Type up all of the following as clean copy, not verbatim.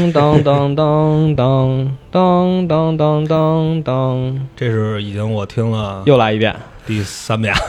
当当当当当当当当当当， 这是已经我听了又来一遍， 第3遍。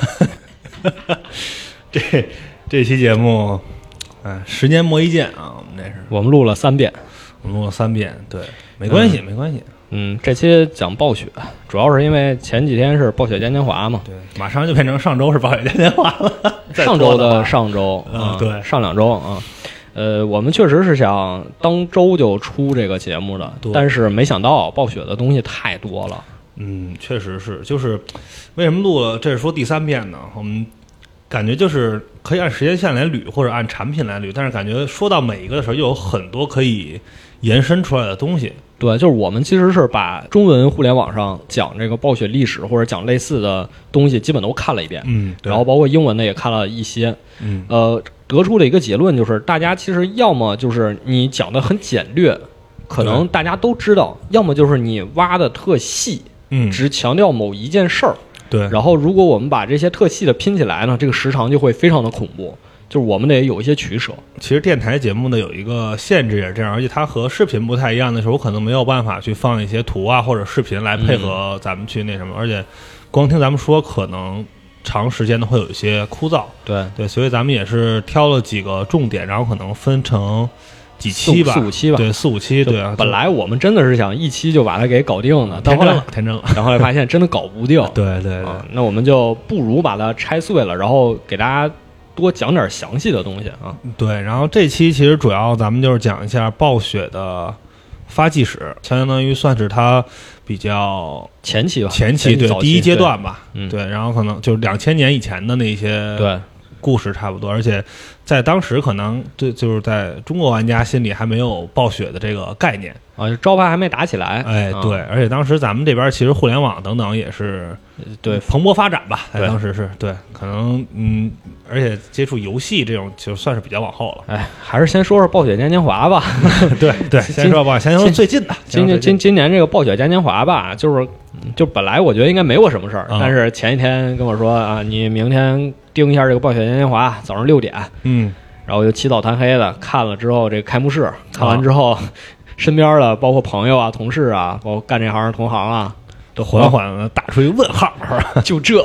这期节目，10年磨一剑啊，我们这是我们录了3遍， 我们录了3遍，对，没关系，没关系。 这期讲暴雪，主要是因为前几天是暴雪嘉年华嘛， 对，马上就变成上周是暴雪嘉年华了， 上周的上周， 对， 上2周啊。我们确实是想当周就出这个节目的，但是没想到暴雪的东西太多了。 确实是，就是为什么录了？这是说第3遍呢？我们感觉就是可以按时间线来捋，或者按产品来捋，但是感觉说到每一个的时候，又有很多可以延伸出来的东西。 对，就是我们其实是把中文互联网上讲这个暴雪历史或者讲类似的东西基本都看了一遍，然后包括英文的也看了一些，得出了一个结论，就是大家其实要么就是你讲的很简略，可能大家都知道，要么就是你挖的特细，只强调某一件事儿， 对。 然后如果我们把这些特细的拼起来呢，这个时长就会非常的恐怖。就是我们得有一些取舍。 其实电台节目呢有一个限制也是这样，而且它和视频不太一样的时候，我可能没有办法去放一些图啊或者视频来配合咱们去那什么，而且光听咱们说可能长时间的会有一些枯燥。对，所以咱们也是挑了几个重点，然后可能分成几期吧，4-5期吧。对，4-5期。对啊， 本来我们真的是想一期就把它给搞定的， 天真了， 然后来发现真的搞不定。 对， 那我们就不如把它拆碎了，然后给大家多讲点详细的东西啊。 对，然后这期其实主要咱们就是讲一下暴雪的发迹史，相当于算是它比较前期吧， 对，第一阶段吧。对，然后可能就是2000年以前的那些故事差不多，而且在当时可能就是在中国玩家心里还没有暴雪的这个概念啊，招牌还没打起来。 对，而且当时咱们这边其实互联网等等也是对蓬勃发展吧，在当时是对，可能而且接触游戏这种就算是比较往后了。 还是先说说暴雪嘉年华吧。 对，先说吧，先说最近的。 今年这个暴雪嘉年华吧，就本来我觉得应该没我什么事儿，但是前一天跟我说啊，你明天盯一下这个暴雪嘉年华，早上6点，然后我就起早贪黑的看了之后，这个开幕式看完之后，身边的包括朋友啊、同事啊，包括干这行的同行啊，都缓缓的打出一个问号，是吧？ 就这，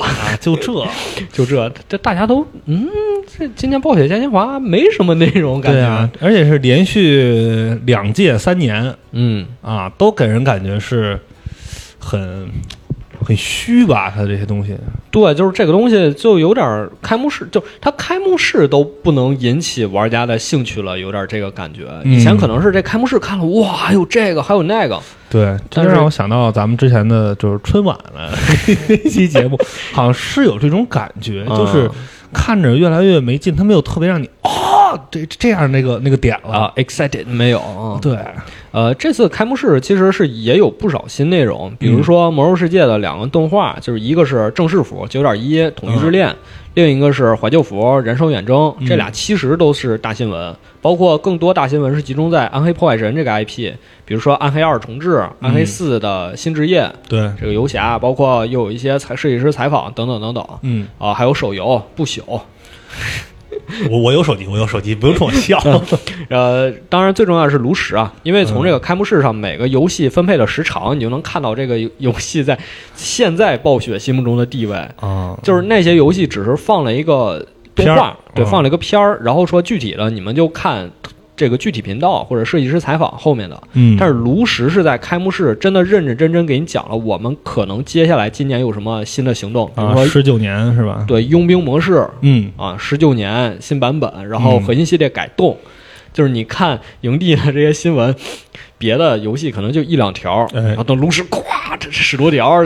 大家都这今年暴雪嘉年华没什么内容，感觉。 对啊，而且是连续2届3年，都给人感觉是很虚吧，它这些东西。 对，就是这个东西就有点开幕式，就它开幕式都不能引起玩家的兴趣了，有点这个感觉。以前可能是这开幕式看了，哇，还有这个，还有那个。 对，这让我想到咱们之前的就是春晚了那期节目，好像是有这种感觉，就是看着越来越没劲，它没有特别让你这样那个点了啊 ，excited 没有。 对， 这次开幕式其实是也有不少新内容，比如说《魔兽世界》的2个动画，就是一个是正式服 9.1 统一之恋，另一个是怀旧服人兽远征，这俩其实都是大新闻，包括更多大新闻是集中在暗黑破坏神这个 IP， 比如说暗黑2重置、暗黑4的新职业， 对这个游侠，包括又有一些设计师采访等等等等，还有手游不朽。 我有手机，不用冲我笑。 当然最重要的是炉石啊，因为从这个开幕式上每个游戏分配的时长，你就能看到这个游戏在现在暴雪心目中的地位啊。就是那些游戏只是放了一个动画，对，放了一个片儿，然后说具体的你们就看这个具体频道或者设计师采访后面的。但是炉石是在开幕式真的认认真真给你讲了我们可能接下来今年有什么新的行动，比如说 19年是吧？ 对，佣兵模式，19年新版本，然后核心系列改动，就是你看营地的这些新闻，别的游戏可能就1-2条，然后等炉石咵，这是10多条。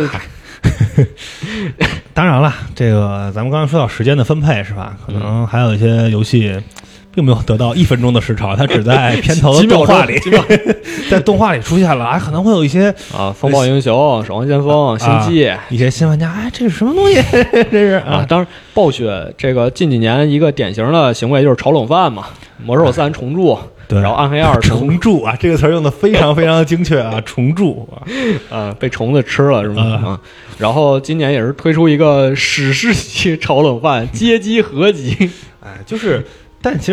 当然了，这个咱们刚刚说到时间的分配是吧？可能还有一些游戏并没有得到1分钟的时长，它只在片头的动画里，在动画里出现了，可能会有一些风暴英雄、守望先锋、星际， 一些新玩家，这是什么东西？这是当然，暴雪这个近几年一个典型的行为就是炒冷饭嘛，魔兽3重铸。 对， 然后暗黑2 重铸啊，这个词儿用的非常非常精确啊，重铸被虫子吃了是吗？然后今年也是推出一个史诗级炒冷饭街机合集， 就是，但其实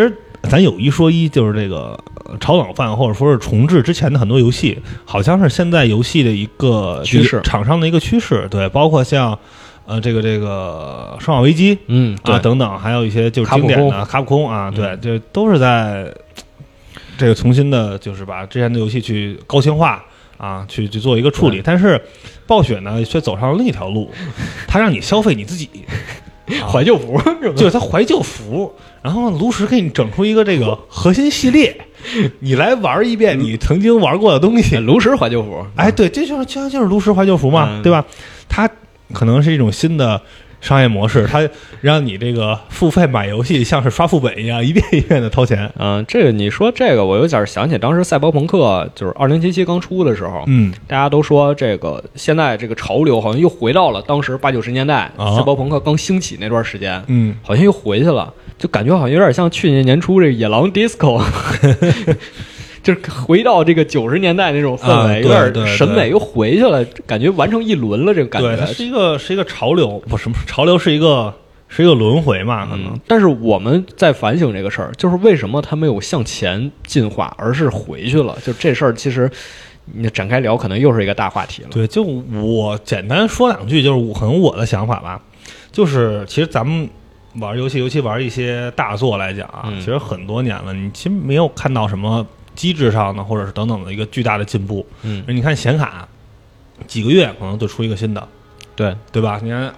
咱有一说一，就是这个炒冷饭或者说是重置之前的很多游戏，好像是现在游戏的一个趋势， 厂商的一个趋势。对，包括像这个《生化危机》 对等等，还有一些就是经典的卡普空啊，对，这都是在这个重新的，就是把之前的游戏去高清化啊，去做一个处理。但是暴雪呢，却走上了另一条路，它让你消费你自己。 怀旧服是吧？ 就是它怀旧服，然后炉石给你整出一个这个核心系列，你来玩一遍你曾经玩过的东西。 炉石怀旧服， 哎，对，这就是炉石怀旧服嘛，对吧？它可能是一种新的商业模式，它让你这个付费买游戏像是刷副本一样，一遍一遍的掏钱。 这个你说这个，我有点想起当时赛博朋克就是2077刚出的时候，大家都说这个现在这个潮流好像又回到了当时80、90年代赛博朋克刚兴起那段时间，好像又回去了，就感觉好像有点像去年年初这个野狼 disco。就是回到这个90年代那种氛围，有点审美又回去了，感觉完成一轮了，这个感觉。 对，它是一个潮流，不什么潮流，是一个轮回嘛，可能。 但是我们在反省这个事儿，就是为什么它没有向前进化，而是回去了？就这事儿，其实你展开聊，可能又是一个大话题了。 对，就我简单说两句，就是可能我的想法吧，就是其实咱们玩游戏，尤其玩一些大作来讲啊，其实很多年了，你其实没有看到什么机制上的或者是等等的一个巨大的进步。你看显卡几个月可能就出一个新的，对吧？你看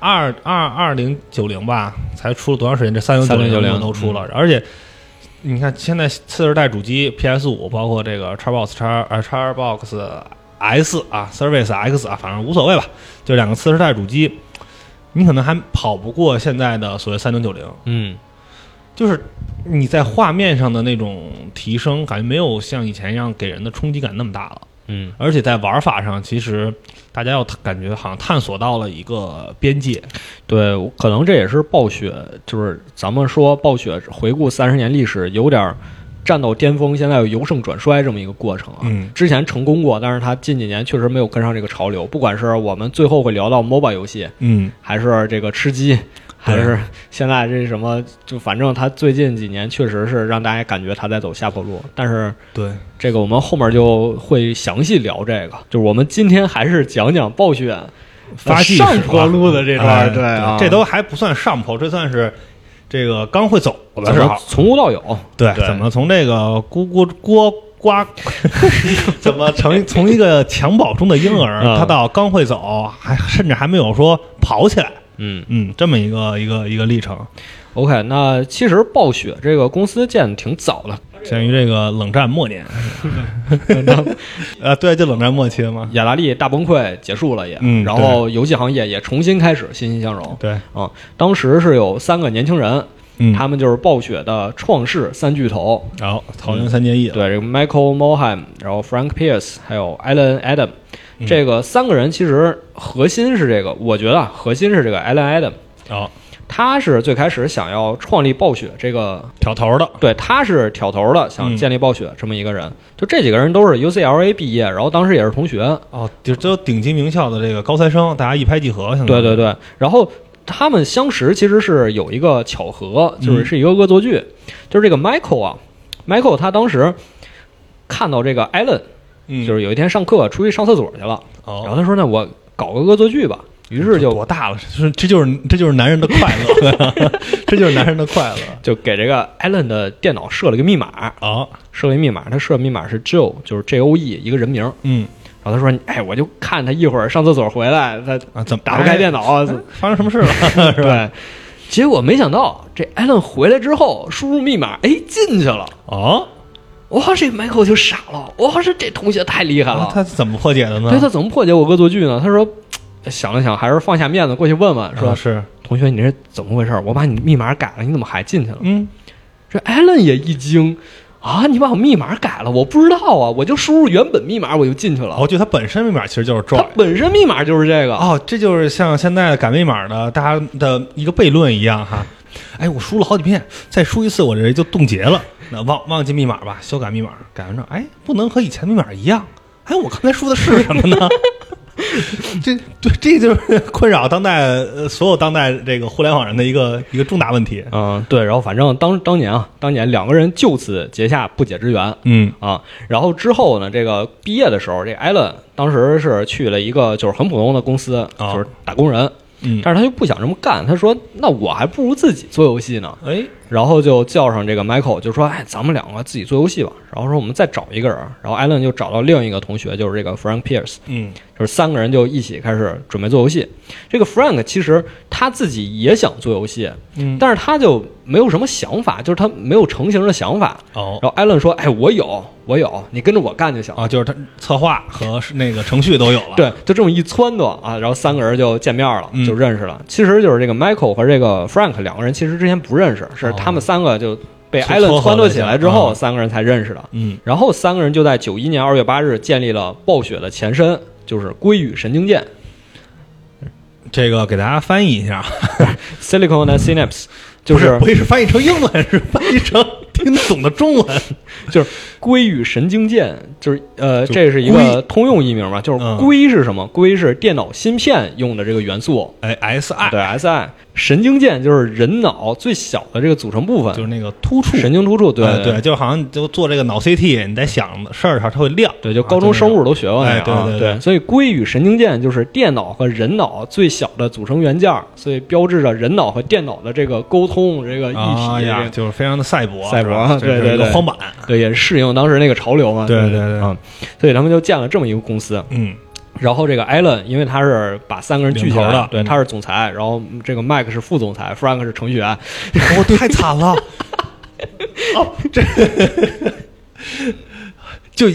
2090吧，才出了多长时间？这3090都出了，而且你看现在次世代主机 PS5，包括这个 Xbox S 啊 Service X 啊，反正无所谓吧，就两个次世代主机，你可能还跑不过现在的所谓3090。就是你在画面上的那种提升，感觉没有像以前一样给人的冲击感那么大了。而且在玩法上，其实大家要感觉好像探索到了一个边界。对， 可能这也是暴雪，就是咱们说暴雪回顾30年历史，有点站到巅峰，现在有由盛转衰这么一个过程啊。之前成功过，但是它近几年确实没有跟上这个潮流。不管是我们最后会聊到 MOBA 游戏，还是这个吃鸡。还是现在这什么，就反正他最近几年确实是让大家感觉他在走下坡路。但是对这个我们后面就会详细聊这个，就是我们今天还是讲讲暴雪发迹上坡路的这段。对啊， 这都还不算上坡，这算是这个刚会走的时候， 从无到有。 对，怎么从这个呱怎么从一个襁褓中的婴儿，他到刚会走，甚至还没有说跑起来。这么一个历程。 OK， 那其实暴雪这个公司建挺早的， 建于这个冷战末年。对，就冷战末期了嘛。 雅达利大崩溃结束了也，然后游戏行业也重新开始欣欣向荣。 对当时是有3个年轻人，他们就是暴雪的创世3巨头， 然后桃园3结义。 对，这个 Michael Morhaime， 然后 Frank Pierce， 还有 Alan Adam。这个3个人其实核心是这个，我觉得核心是这个 Alan Adam。他是最开始想要创立暴雪这个挑头的， 对，他是挑头的，想建立暴雪这么一个人。就这几个人都是 UCLA 毕业，然后当时也是同学。 就顶级名校的这个高材生，大家一拍即合。 对，然后他们相识其实是有一个巧合，就是一个恶作剧，就是这个 Michael 他当时看到这个 Alan。就是有一天上课出去上厕所去了，然后他说：“那我搞个恶作剧吧。”于是就多大了？这就是男人的快乐，这就是男人的快乐。 就给这个 Alan 的电脑设了一个密码设了一个密码，他设密码是 Joe， 就是 JOE 一个人名。然后他说：“我就看他一会儿上厕所回来，他怎么打不开电脑， 发生什么事了？是吧？” 结果没想到这 Alan 回来之后输入密码，进去了。哇，这 Michael 就傻了。哇，这同学太厉害了。 他怎么破解的呢？ 对，他怎么破解我恶作剧呢？他说，想了想，还是放下面子过去问问，说：“ 是同学，你这怎么回事？我把你密码改了，你怎么还进去了？”这 Alan 也一惊你把我密码改了，我不知道啊，我就输入原本密码我就进去了。 就他本身密码其实就是 Joy， 他本身密码就是这个。 这就是像现在改密码的大家的一个悖论一样哈。我输了好几遍，再输一次我这人就冻结了。那忘记密码吧，修改密码，改完之后，不能和以前密码一样。我刚才输的是什么呢？ 这就是困扰当代所有当代这个互联网人的一个重大问题。 对，然后反正当年两个人就此结下不解之缘。然后之后呢，这个毕业的时候，这艾伦当时是去了一个就是很普通的公司，就是打工人。但是他就不想这么干，他说那我还不如自己做游戏呢。然后就叫上这个 Michael， 就说咱们两个自己做游戏吧。然后说我们再找一个人，然后艾伦就找到另一个同学，就是这个 Frank Pierce，就是三个人就一起开始准备做游戏。这个 Frank 其实他自己也想做游戏，但是他就没有什么想法，就是他没有成型的想法。然后艾伦说我有，你跟着我干就行就是他策划和那个程序都有了。 对，就这么一撺掇然后三个人就见面了，就认识了。其实就是这个 Michael 和这个 Frank 两个人其实之前不认识，是他们三个就被艾伦撺掇起来之后，三个人才认识的。然后三个人就在91年2月8日建立了暴雪的前身，就是归宇神经剑。 这个给大家翻译一下 ，Silicon and Synapse， 就是不是翻译成英文，是翻译成听得懂的中文， 就是归宇神经剑，就是这是一个通用译名嘛，就是硅是什么？硅是电脑芯片用的这个元素 ，SI， 对 SI。神经剑就是人脑最小的这个组成部分， 就是那个突触， 神经突触，对， 就好像就做这个脑 CT， 你在想的事儿它会亮， 对，就高中生物都学过那个，对，所以硅宇神经剑就是电脑和人脑最小的组成元件，所以标志着人脑和电脑的这个沟通这个一体， 就是非常的赛博， 对， 一个荒坂， 对，也是适应当时那个潮流嘛， 对， 所以他们就建了这么一个公司，然后这个艾伦，因为他是把三个人聚起来的，对，他是总裁，然后这个麦克是副总裁 ，Frank 是程序员， 太惨了，这就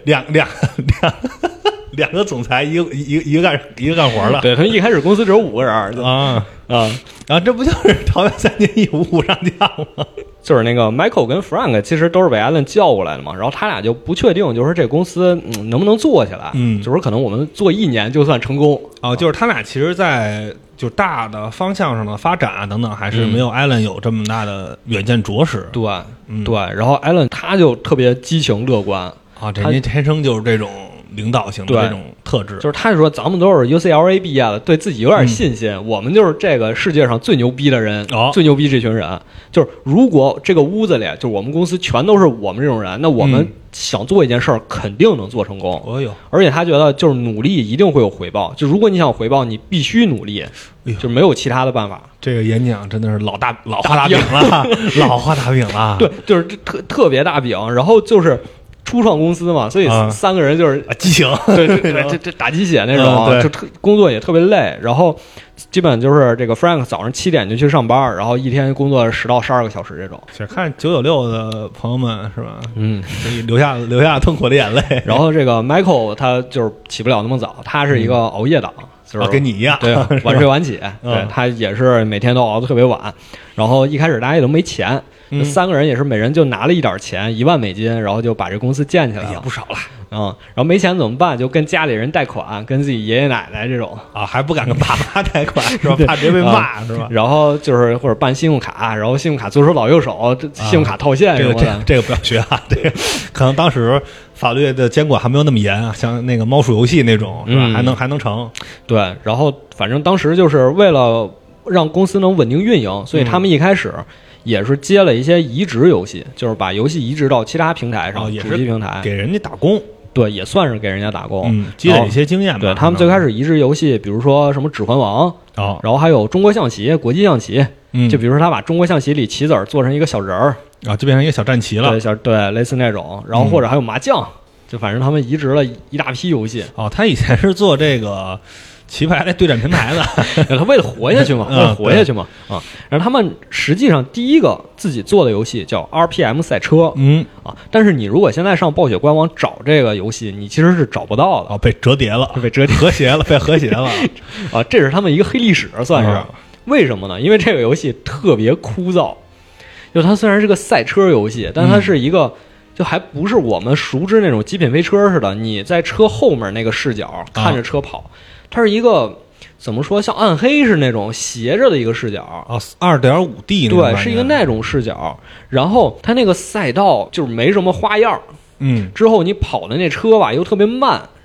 两个总裁，一个干活了， 对，他们一开始公司只有5个人然后这不就是桃园3结义，五虎上将吗？ 就是那个 Michael 跟 Frank 其实都是被艾伦叫过来的嘛，然后他俩就不确定，就是这公司能不能做起来，就是可能我们做1年就算成功就是他俩其实在就大的方向上的发展等等，还是没有艾伦有这么大的远见卓识。 对，然后艾伦他就特别激情乐观这人天生就是这种领导型的这种特质， 就是他说咱们都是 UCLA 毕业的，对自己有点信心，我们就是这个世界上最牛逼的人，最牛逼这群人。就是如果这个屋子里就我们公司全都是我们这种人，那我们想做一件事儿肯定能做成功。而且他觉得就是努力一定会有回报，就如果你想回报，你必须努力，就没有其他的办法。 这个演讲真的是老画大饼了，老画大饼了。 对，就是特别大饼，然后就是初创公司嘛，所以三个人就是激情， 对，这打鸡血那种，就工作也特别累，然后基本就是这个 Frank 早上7点就去上班，然后一天工作10到12个小时这种。 看996的朋友们是吧？留下痛苦的眼泪。 然后这个 Michael 他就是起不了那么早，他是一个熬夜党，就是跟你一样， 对，晚睡晚起，对，他也是每天都熬得特别晚。然后一开始大家也都没钱。三个人也是每人就拿了一点钱，$1万，然后就把这公司建起来了， 也不少了。 然后没钱怎么办？就跟家里人贷款，跟自己爷爷奶奶这种还不敢跟爸妈贷款是吧？怕直接被骂是吧？ 然后就是或者办信用卡，然后信用卡左手老右手，信用卡套现什么的， 这个不要学这个可能当时法律的监管还没有那么严，像那个猫鼠游戏那种是吧？还能成。 对，然后反正当时就是为了让公司能稳定运营，所以他们一开始也是接了一些移植游戏，就是把游戏移植到其他平台上，主机平台给人家打工。 对，也算是给人家打工， 积累一些经验吧。 对，他们最开始移植游戏，比如说什么《指环王》然后还有中国象棋、国际象棋，就比如说他把中国象棋里棋子做成一个小人儿就变成一个小战棋了。 对，类似那种。然后或者还有麻将，就反正他们移植了一大批游戏。 他以前是做这个棋牌类对战平台的， 他为了活下去嘛，然后他们实际上第一个自己做的游戏叫 RPM 赛车，但是你如果现在上暴雪官网找这个游戏，你其实是找不到的， 被折叠了， 被和谐了，这是他们一个黑历史，算是。为什么呢？因为这个游戏特别枯燥，就它虽然是个赛车游戏，但它是一个。就还不是我们熟知那种极品飞车似的，你在车后面那个视角看着车跑，它是一个怎么说，像暗黑是那种斜着的一个视角 2.5D 对，是一个那种视角。然后它那个赛道就是没什么花样， 之后你跑的那车吧又特别慢，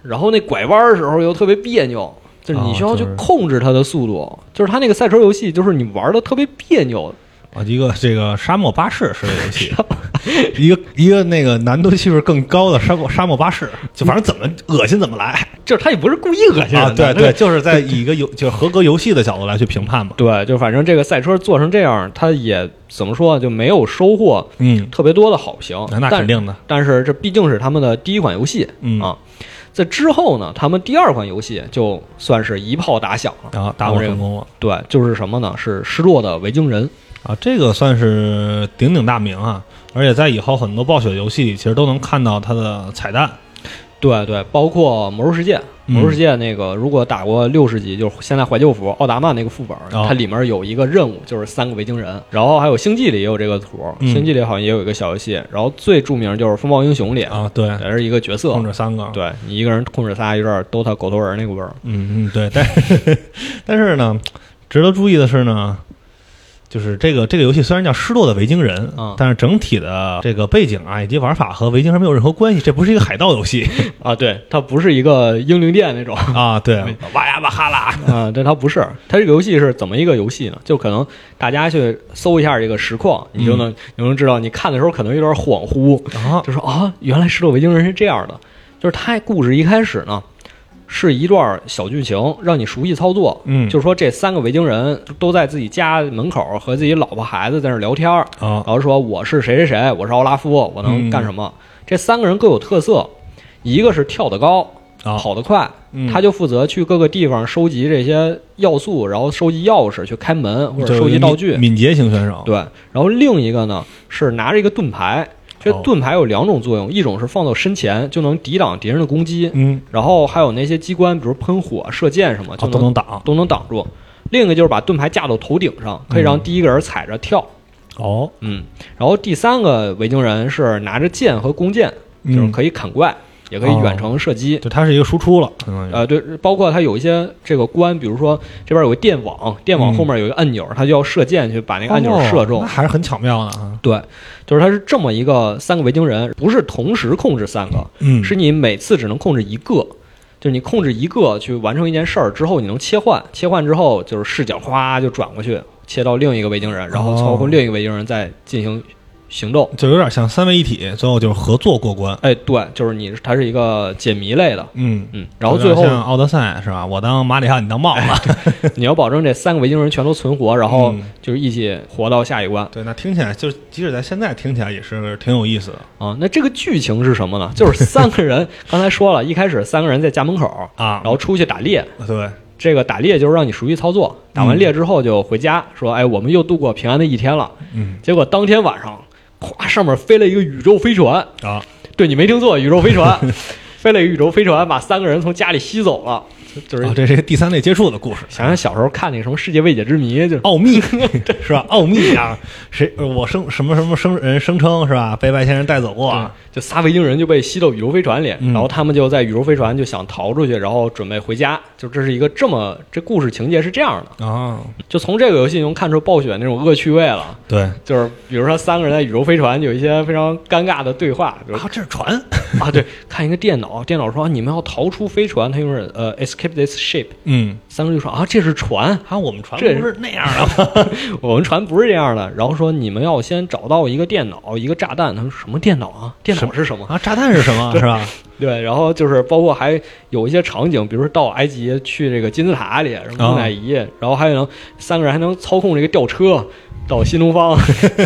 然后那拐弯的时候又特别别扭，就是你需要去控制它的速度，就是它那个赛车游戏就是你玩的特别别扭。 一个这个沙漠巴士式的游戏，一个那个难度系数更高的沙漠巴士，就反正怎么恶心怎么来， 就是他也不是故意恶心人的，对，就是在以一个就是合格游戏的角度来去评判嘛。 对，就反正这个赛车做成这样，它也怎么说就没有收获特别多的好评。 那肯定的， 但是这毕竟是他们的第一款游戏啊。在之后呢，他们第二款游戏就算是一炮打响了啊，大获成功了。 对，就是什么呢？是失落的维京人。 这个算是鼎鼎大名啊，而且在以后很多暴雪游戏里其实都能看到它的彩蛋。 对对，包括魔兽世界，魔兽世界那个如果打过60级，就是现在怀旧服奥达曼那个副本，它里面有一个任务，就是3个维京人。然后还有星际里也有这个图，星际里好像也有一个小游戏。然后最著名就是风暴英雄里对， 也是一个角色控制3个， 对你一个人控制仨，有点 DOTA 狗头人那个味儿。 对，但是呢，值得注意的是呢。就是这个游戏虽然叫失落的维京人，但是整体的这个背景以及玩法和维京人没有任何关系，这不是一个海盗游戏对，它不是一个英灵殿那种对，哇呀哇哈啦对，它不是，它这个游戏是怎么一个游戏呢？就可能大家去搜一下这个实况，你就能知道，你看的时候可能有点恍惚就说原来失落维京人是这样的，就是它故事一开始呢。是一段小剧情，让你熟悉操作。就是说这3个维京人都在自己家门口和自己老婆孩子在那聊天然后说我是谁谁谁，我是奥拉夫，我能干什么？这3个人各有特色，一个是跳得高，跑得快，他就负责去各个地方收集这些要素，然后收集钥匙去开门或者收集道具， 敏捷型选手。 对，然后另一个呢是拿着一个盾牌。这盾牌有2种作用，一种是放到身前就能抵挡敌人的攻击，然后还有那些机关，比如喷火、射箭什么，就都能挡住。另一个就是把盾牌架到头顶上，可以让第一个人踩着跳。然后第3个维京人是拿着剑和弓箭，就是可以砍怪。也可以远程射击， 就它是一个输出了。 对，包括它有一些这个关，比如说这边有个电网，电网后面有一个按钮，它就要射箭去把那个按钮射中， 那还是很巧妙的啊。 对，就是它是这么一个3个维京人，不是同时控制3个，是你每次只能控制一个，就是你控制一个去完成一件事儿之后，你能切换之后就是视角哗就转过去，切到另一个维京人，然后操控另一个维京人再进行行动， 就有点像3位一体，最后就是合作过关。 对，就是它是一个解谜类的，然后最后像奥德赛是吧？我当马里奥，你当帽子， 你要保证这3个维京人全都存活，然后就是一起活到下一关。 对，那听起来就即使在现在听起来也是挺有意思的那这个剧情是什么呢？就是3个人，刚才说了，一开始3个人在家门口然后出去打猎。 对。 这个打猎就是让你熟悉操作，打完猎之后就回家，说我们又度过平安的一天了。结果当天晚上咵，上面飞了一个宇宙飞船对，你没听错，宇宙飞船飞了一个宇宙飞船，把3个人从家里吸走了。就是这是一个第3类接触的故事。 想想小时候看那个什么世界未解之谜，就奥秘是吧？奥秘啊，我什么声称是吧？被外星人带走过， 就仨维京人就被吸到宇宙飞船里，然后他们就在宇宙飞船就想逃出去，然后准备回家。就这是一个这故事情节是这样的就从这个游戏能看出暴雪那种恶趣味了。 对， 就是比如说3个人在宇宙飞船有一些非常尴尬的对话， 这是船对，看一个电脑说你们要逃出飞船，他用escape this ship。3个人就说这是船我们船不是那样的我们船不是这样的。然后说你们要先找到一个电脑，一个炸弹。他说什么电脑啊？电脑是什么炸弹是什么是吧？ 对，然后就是包括还有一些场景，比如说到埃及去这个金字塔里，什么木乃伊，然后还有3个人还能操控这个吊车到新东方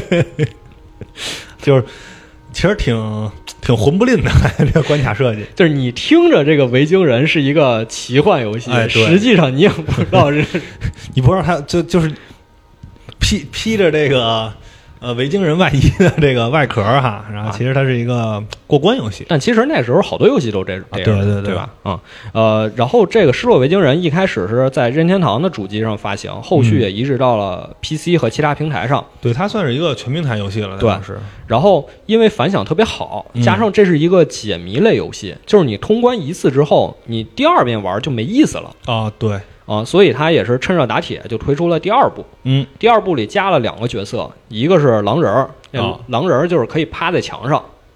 就是其实挺混不吝的这个关卡设计。 就是你听着这个维京人是一个奇幻游戏，实际上你也不知道你不知道他就是披着这个维京人外衣的这个外壳然后其实它是一个过关游戏。 但其实那时候好多游戏都这样对吧？然后这个失落维京人一开始是在任天堂的主机上发行，后续也移植到了 PC 和其他平台上。 对，它算是一个全平台游戏了。 对，然后因为反响特别好，加上这是一个解谜类游戏，就是你通关一次之后，你第2遍玩就没意思了对。 所以他也是趁热打铁，就推出了第2部。第2部里加了2个角色，一个是狼人，狼人就是可以趴在墙上，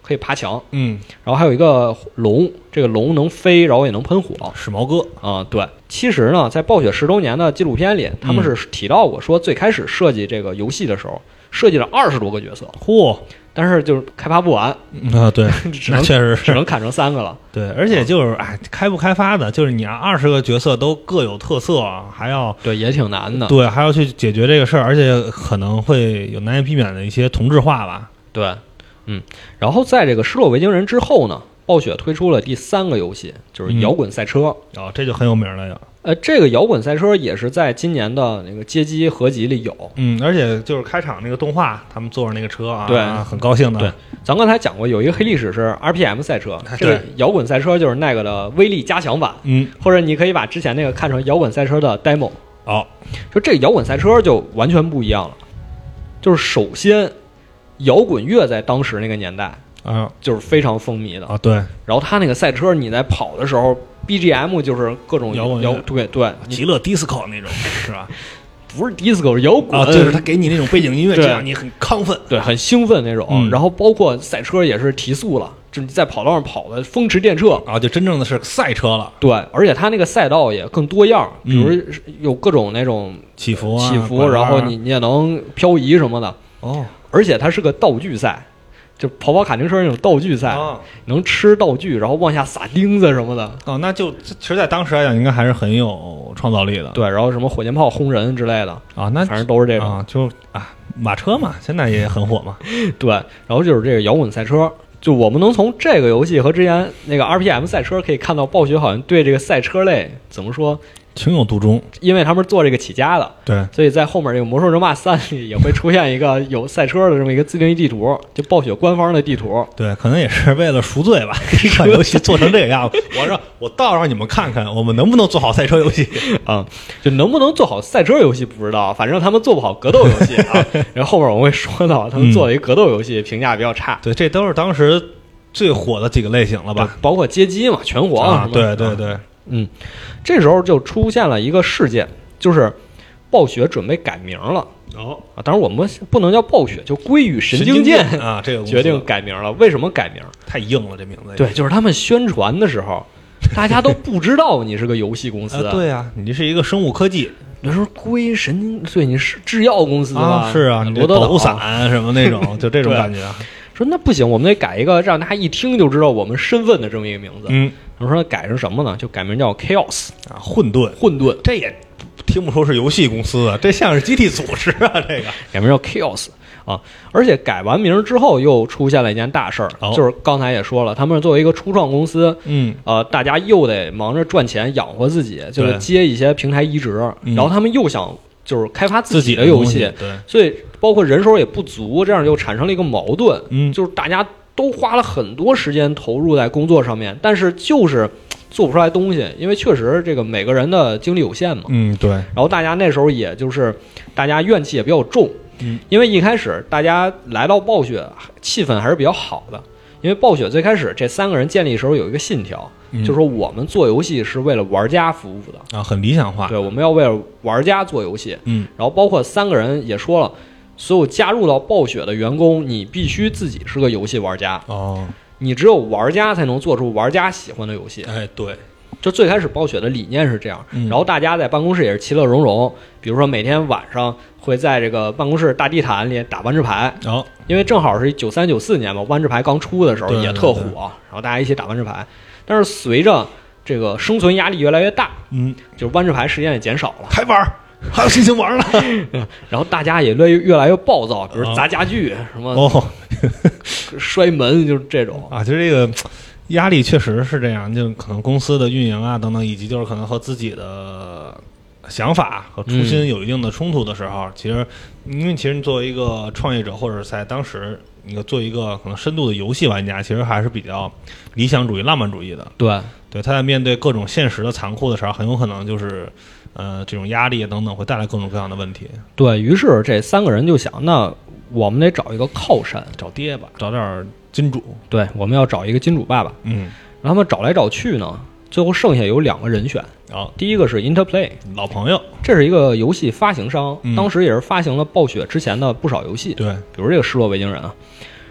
可以爬墙， 然后还有一个龙，这个龙能飞，然后也能喷火， 是毛哥啊，对。其实呢，在暴雪10周年的纪录片里，他们是提到过，说最开始设计这个游戏的时候，设计了20多个角色，但是就是开发不完啊，对，那确实只能砍成3个了。 对，而且就是开不开发的，就是你20个角色都各有特色，还要对也挺难的， 对，还要去解决这个事儿，而且可能会有难以避免的一些同质化吧。 对，然后在这个《失落维京人》之后呢，暴雪推出了第3个游戏，就是摇滚赛车。 这就很有名了呀。 这个摇滚赛车也是在今年的那个街机合集里有。 而且就是开场那个动画，他们坐着那个车啊， 对， 很高兴的。 对，咱刚才讲过，有一个黑历史是 RPM 赛车，这个摇滚赛车就是那个的威力加强版。或者你可以把之前那个看成摇滚赛车的 demo。就这个摇滚赛车就完全不一样了。就是首先，摇滚乐在当时那个年代就是非常风靡的对。 然后他那个赛车你在跑的时候 BGM 就是各种摇滚乐， 对， 极乐 disco 那种是吧？ 不是 disco 是摇滚就是他给你那种背景音乐，这样你很亢奋， 对，很兴奋那种。然后包括赛车也是提速了，就在跑道上跑的风驰电掣就真正的是赛车了。 对，而且他那个赛道也更多样，比如有各种那种起伏， 然后你也能漂移什么的。而且它是个道具赛，就跑卡丁车那种道具赛，能吃道具，然后往下撒钉子什么的。 那就其实在当时来讲，应该还是很有创造力的。 对，然后什么火箭炮轰人之类的那反正都是这种。 马车嘛，现在也很火嘛。 对，然后就是这个摇滚赛车，就我们能从这个游戏和之前那个 RPM 赛车可以看到，暴雪好像对这个赛车类怎么说？ 情有独钟， 因为他们是做这个起家的， 对， 所以在后面这个《魔兽争霸3》里也会出现一个有赛车的这么一个自定义地图，就暴雪官方的地图。 对，可能也是为了赎罪吧，一款游戏做成这个样子，我倒让你们看看，我们能不能做好赛车游戏就能不能做好赛车游戏不知道，反正他们做不好格斗游戏然后后面我会说到，他们做了一个格斗游戏，评价比较差。 对，这都是当时最火的几个类型了吧？ 包括街机嘛，拳皇对。 这时候就出现了一个事件，就是暴雪准备改名了。当然我们不能叫暴雪，就归宇神经剑这个决定改名了。为什么改名？ 太硬了，这名字。 对，就是他们宣传的时候，大家都不知道你是个游戏公司。 对啊，你这是一个生物科技。 你说归神经，对，你是制药公司吧？ 是啊， 罗德岛保护伞什么那种，就这种感觉。 说那不行，我们得改一个让大家一听就知道我们身份的这么一个名字。他们说改成什么呢？就改名叫 Chaos 混沌，这也听不出是游戏公司啊，这像是集体组织啊。这个改名叫 Chaos 而且改完名之后又出现了一件大事儿，就是刚才也说了，他们作为一个初创公司，大家又得忙着赚钱养活自己，就是接一些平台移植，然后他们又想就是开发自己的游戏， 对， 所以包括人手也不足，这样就产生了一个矛盾，就是大家都花了很多时间投入在工作上面，但是就是做不出来东西，因为确实这个每个人的精力有限嘛。 对。 然后大家那时候也就是大家怨气也比较重，因为一开始大家来到暴雪气氛还是比较好的，因为暴雪最开始这3个人建立的时候有一个信条，就是说我们做游戏是为了玩家服务的很理想化。 对，我们要为了玩家做游戏。然后包括3个人也说了，所有加入到暴雪的员工，你必须自己是个游戏玩家你只有玩家才能做出玩家喜欢的游戏。 对， 就最开始暴雪的理念是这样，然后大家在办公室也是其乐融融，比如说每天晚上会在这个办公室大地毯里打万智牌，因为正好是93、94年嘛，万智牌刚出的时候也特火，然后大家一起打万智牌。但是随着这个生存压力越来越大，就是万智牌时间也减少了， 还玩还有心情玩呢然后大家也越来越暴躁，比如砸家具什么摔门，就是这种其实这个压力确实是这样，就可能公司的运营等等，以及就是可能和自己的想法和初心有一定的冲突的时候，其实因为其实你作为一个创业者，或者在当时你做一个可能深度的游戏玩家，其实还是比较理想主义、浪漫主义的。对，他在面对各种现实的残酷的时候，很有可能就是这种压力等等会带来各种各样的问题。 对，于是这3个人就想，那我们得找一个靠山， 找爹吧，找点金主。 对，我们要找一个金主爸爸。然后他们找来找去呢，最后剩下有2个人选。第一个是 Interplay， 老朋友， 这是一个游戏发行商，当时也是发行了暴雪之前的不少游戏， 对， 比如这个《失落维京人》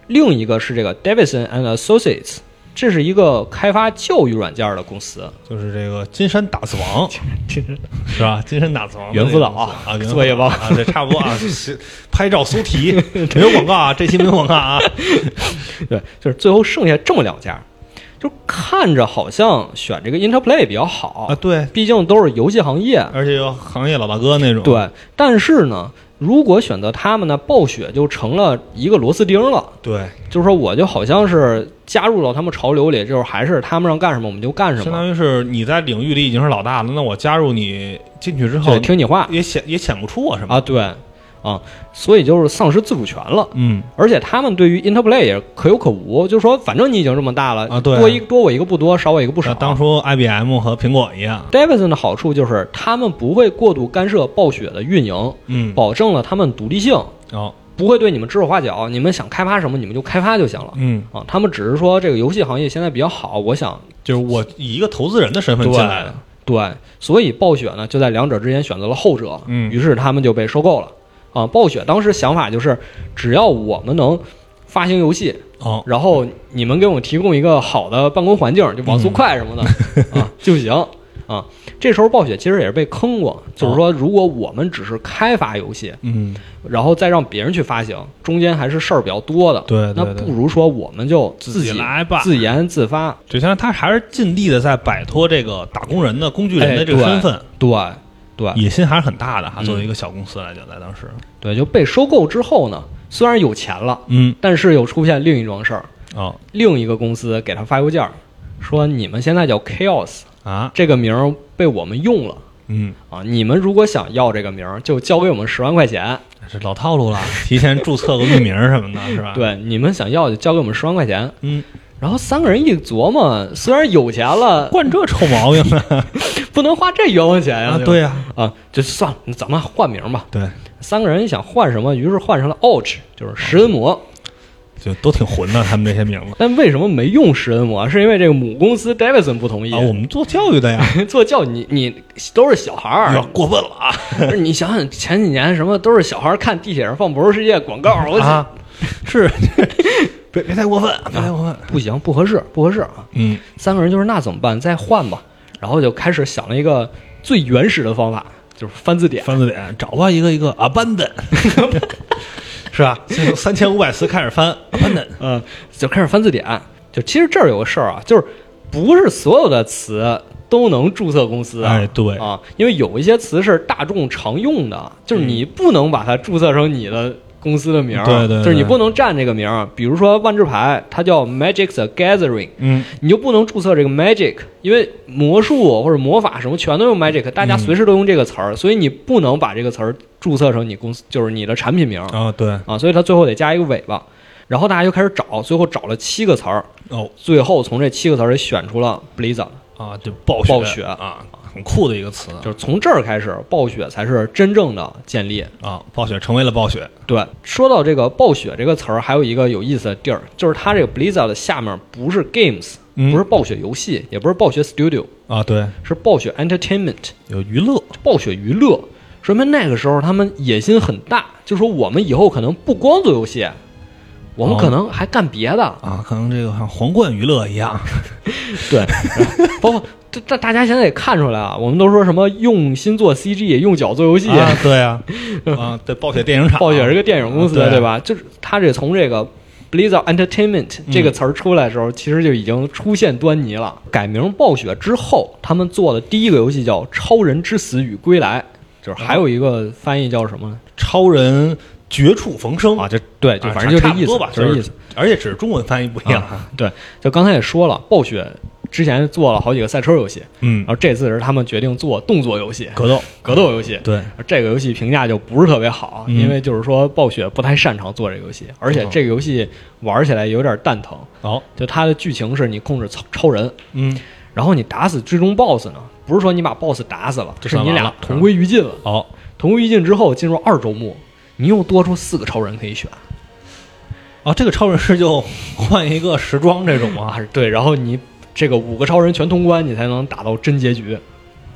另一个是这个 Davidson and Associates， 这是一个开发教育软件的公司， 就是这个金山打字王，是吧？金山打字王， 猿辅导啊， 作业帮啊，对，差不多啊。拍照搜题没有广告啊，这期没有广告啊。 对，就是最后剩下这么2家。就看着好像选这个 Interplay 比较好啊，对， 毕竟都是游戏行业， 而且有行业老大哥那种。 对，但是呢，如果选择他们呢，暴雪就成了一个螺丝钉了。 对， 就是说我就好像是加入到他们潮流里，就是还是他们让干什么我们就干什么。 相当于是你在领域里已经是老大了，那我加入你进去之后， 就听你话， 也显不出我什么啊？对。啊，所以就是丧失自主权了。 嗯， 而且他们对于 Interplay 也可有可无，就是说，反正你已经这么大了啊，对， 多我一个不多，少我一个不少。 当初 IBM 和苹果一样。 Davidson 的好处就是他们不会过度干涉暴雪的运营，保证了他们独立性。不会对你们指手画脚，你们想开发什么你们就开发就行了。他们只是说这个游戏行业现在比较好，我想就是我以一个投资人的身份进来的。 对，所以暴雪呢就在两者之间选择了后者。于是他们就被收购了。暴雪当时想法就是，只要我们能发行游戏，然后你们给我们提供一个好的办公环境，就网速快什么的就行啊。这时候暴雪其实也是被坑过，就是说如果我们只是开发游戏，然后再让别人去发行，中间还是事儿比较多的。 对， 那不如说我们就自己来吧， 自研自发。 就像他还是尽力的在摆脱这个打工人的工具人的这个身份。 对， 野心还是很大的哈。作为一个小公司来讲，在当时， 对，就被收购之后呢，虽然有钱了，但是又出现另一桩事儿另一个公司给他发邮件说，你们现在叫 Chaos 啊， 这个名被我们用了，你们如果想要这个名，就交给我们10万块钱， 是老套路了，提前注册个域名什么的，是吧？ 对，你们想要就交给我们10万块钱，然后3个人一琢磨，虽然有钱了， 惯这臭毛病呢， 不能花这冤枉钱呀！ 对呀， 就算了，咱们换名吧。 对 ，3个人想换什么，于是换成了 Och， 就是食人魔， 就都挺混的，他们这些名字。 但为什么没用食人魔？是因为这个母公司 Davidson 不同意我们做教育的呀， 做教育你都是小孩儿， 过分了啊！ 你想想前几年什么都是小孩看地铁上放《魔兽世界》广告， 是。别太过分，别太过分， 不行，不合适啊。3个人就是那怎么办？再换吧。然后就开始想了一个最原始的方法，就是翻字典， 找吧一个 abandon， 是吧？3500词开始翻 abandon， 就开始翻字典。就其实这儿有个事儿啊，就是不是所有的词都能注册公司啊。 对啊，因为有一些词是大众常用的，就是你不能把它注册成你的公司的名， 对， 就是你不能占这个名。比如说万智牌，它叫 Magic the Gathering，你就不能注册这个 Magic， 因为魔术或者魔法什么全都用 Magic， 大家随时都用这个词儿，所以你不能把这个词儿注册成你公司，就是你的产品名对所以它最后得加一个尾巴。然后大家就开始找，最后找了7个词儿最后从这7个词儿里选出了 Blizzard 就暴雪啊。 很酷的一个词， 就是从这儿开始，暴雪才是真正的建立暴雪成为了暴雪。 对，说到这个暴雪这个词儿，还有一个有意思的地儿，就是它这个 Blizzard 下面不是 Games，不是暴雪游戏，也不是暴雪 Studio 对， 是暴雪 Entertainment， 有娱乐， 暴雪娱乐，说明那个时候他们野心很大，就说我们以后可能不光做游戏，我们可能还干别的可能这个像皇冠娱乐一样， 对，包括。大家现在也看出来我们都说什么用心做 CG， 用脚做游戏对对，暴雪电影厂， 暴雪是个电影公司，对吧？就是他这从这个 Blizzard Entertainment 这个词儿出来的时候，其实就已经出现端倪了。改名暴雪之后，他们做的第一个游戏叫《超人之死与归来》，就是还有一个翻译叫什么？ 超人绝处逢生对，就反正就这意思吧， 就是意思，而且只是中文翻译不一样。 对，就刚才也说了，暴雪之前做了好几个赛车游戏，然后这次是他们决定做动作游戏、格斗游戏。 对， 这个游戏评价就不是特别好，因为就是说暴雪不太擅长做这个游戏，而且这个游戏玩起来有点蛋疼。就它的剧情是你控制超人，然后你打死最终 BOSS 呢，不是说你把 BOSS 打死了，是你俩同归于尽了。同归于尽之后进入2周目，你又多出4个超人可以选。 这个超人是就换一个时装这种吗？ 对，然后你这个5个超人全通关，你才能打到真结局。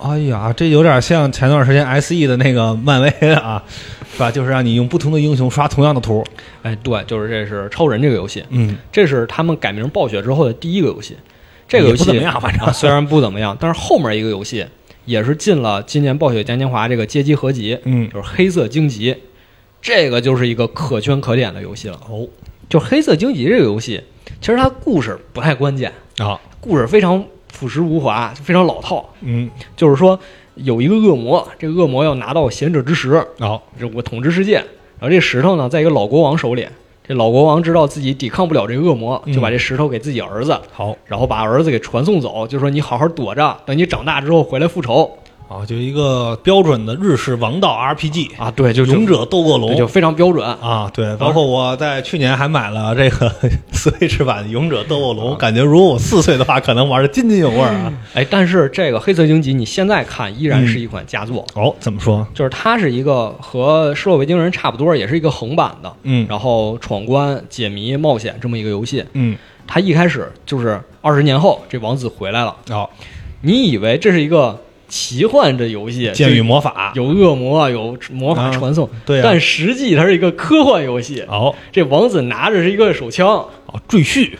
哎呀，这有点像前段时间 SE 的那个漫威啊，是吧？就是让你用不同的英雄刷同样的图。 哎，对，就是这是超人这个游戏，这是他们改名暴雪之后的第一个游戏。这个游戏不怎么样，反正虽然不怎么样，但是后面一个游戏也是进了今年暴雪嘉年华这个街机合集，就是黑色荆棘。这个就是一个可圈可点的游戏了。就黑色荆棘这个游戏，其实它故事不太关键啊， 故事非常朴实无华，非常老套。就是说有一个恶魔，这个恶魔要拿到贤者之石，我统治世界。然后这石头呢，在一个老国王手里。这老国王知道自己抵抗不了这个恶魔，就把这石头给自己儿子，然后把儿子给传送走，就说你好好躲着，等你长大之后回来复仇。 就一个标准的日式王道 RPG 啊，对，就勇者斗恶龙， 就非常标准啊，对，包括我在去年还买了这个 Switch 版的勇者斗恶龙，感觉如果我4岁的话，可能玩的津津有味啊。 但是这个黑色荆棘你现在看依然是一款佳作。 怎么说？ 就是它是一个和失落维京人差不多，也是一个横版的，然后闯关、解谜、冒险这么一个游戏。它一开始就是20年后这王子回来了，你以为这是一个奇幻的游戏， 剑与魔法， 有恶魔，有魔法传送， 对， 但实际它是一个科幻游戏。这王子拿着是一个手枪， 赘婿，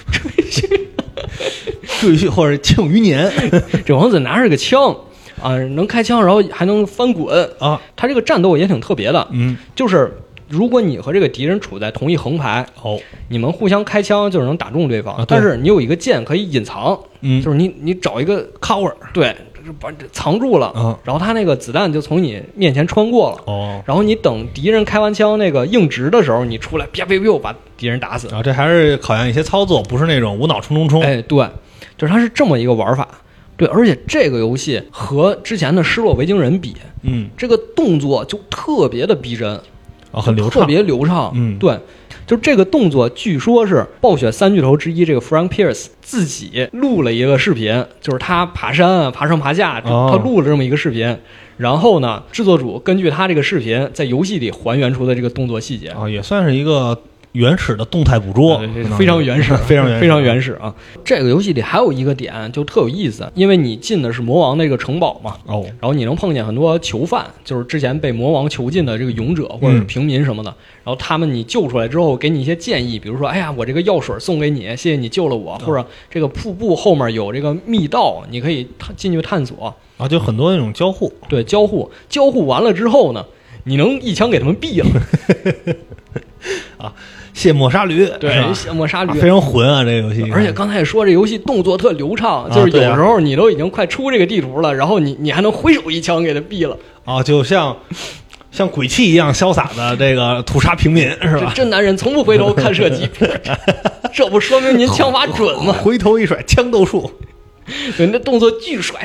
赘婿或者庆余年， 这王子拿着个枪啊，能开枪，然后还能翻滚啊。 他这个战斗也挺特别的，就是如果你和这个敌人处在同一横排，你们互相开枪就是能打中对方，但是你有一个剑可以隐藏，就是你找一个 cover， 对。把这藏住了，然后他那个子弹就从你面前穿过了，然后你等敌人开完枪那个硬直的时候，你出来啪啪啪把敌人打死。 这还是考验一些操作，不是那种无脑冲。 对，就是它是这么一个玩法。对，而且这个游戏和之前的失落维京人比，这个动作就特别的逼真， 很流畅， 特别流畅。对。就这个动作，据说是暴雪3巨头之一这个 Frank Pierce 自己录了一个视频，就是他爬山、爬上爬下，他录了这么一个视频。然后呢，制作组根据他这个视频，在游戏里还原出的这个动作细节也算是一个原始的动态捕捉， 非常原始， 非常原始啊！这个游戏里还有一个点就特有意思，因为你进的是魔王那个城堡嘛，然后你能碰见很多囚犯，就是之前被魔王囚禁的这个勇者或者是平民什么的，然后他们你救出来之后给你一些建议，比如说，哎呀，我这个药水送给你，谢谢你救了我，或者这个瀑布后面有这个密道，你可以进去探索就很多那种交互， 对，交互完了之后呢，你能一枪给他们毙了卸磨杀驴， 对，卸磨杀驴非常混啊，这个游戏。 而且刚才也说这游戏动作特流畅，就是有时候你都已经快出这个地图了，然后你还能挥手一枪给他毙了就像鬼泣一样潇洒的这个屠杀平民，是吧？ 真男人从不回头看射击，这不说明您枪法准吗？ 回头一甩，枪斗术， 对，那动作巨帅，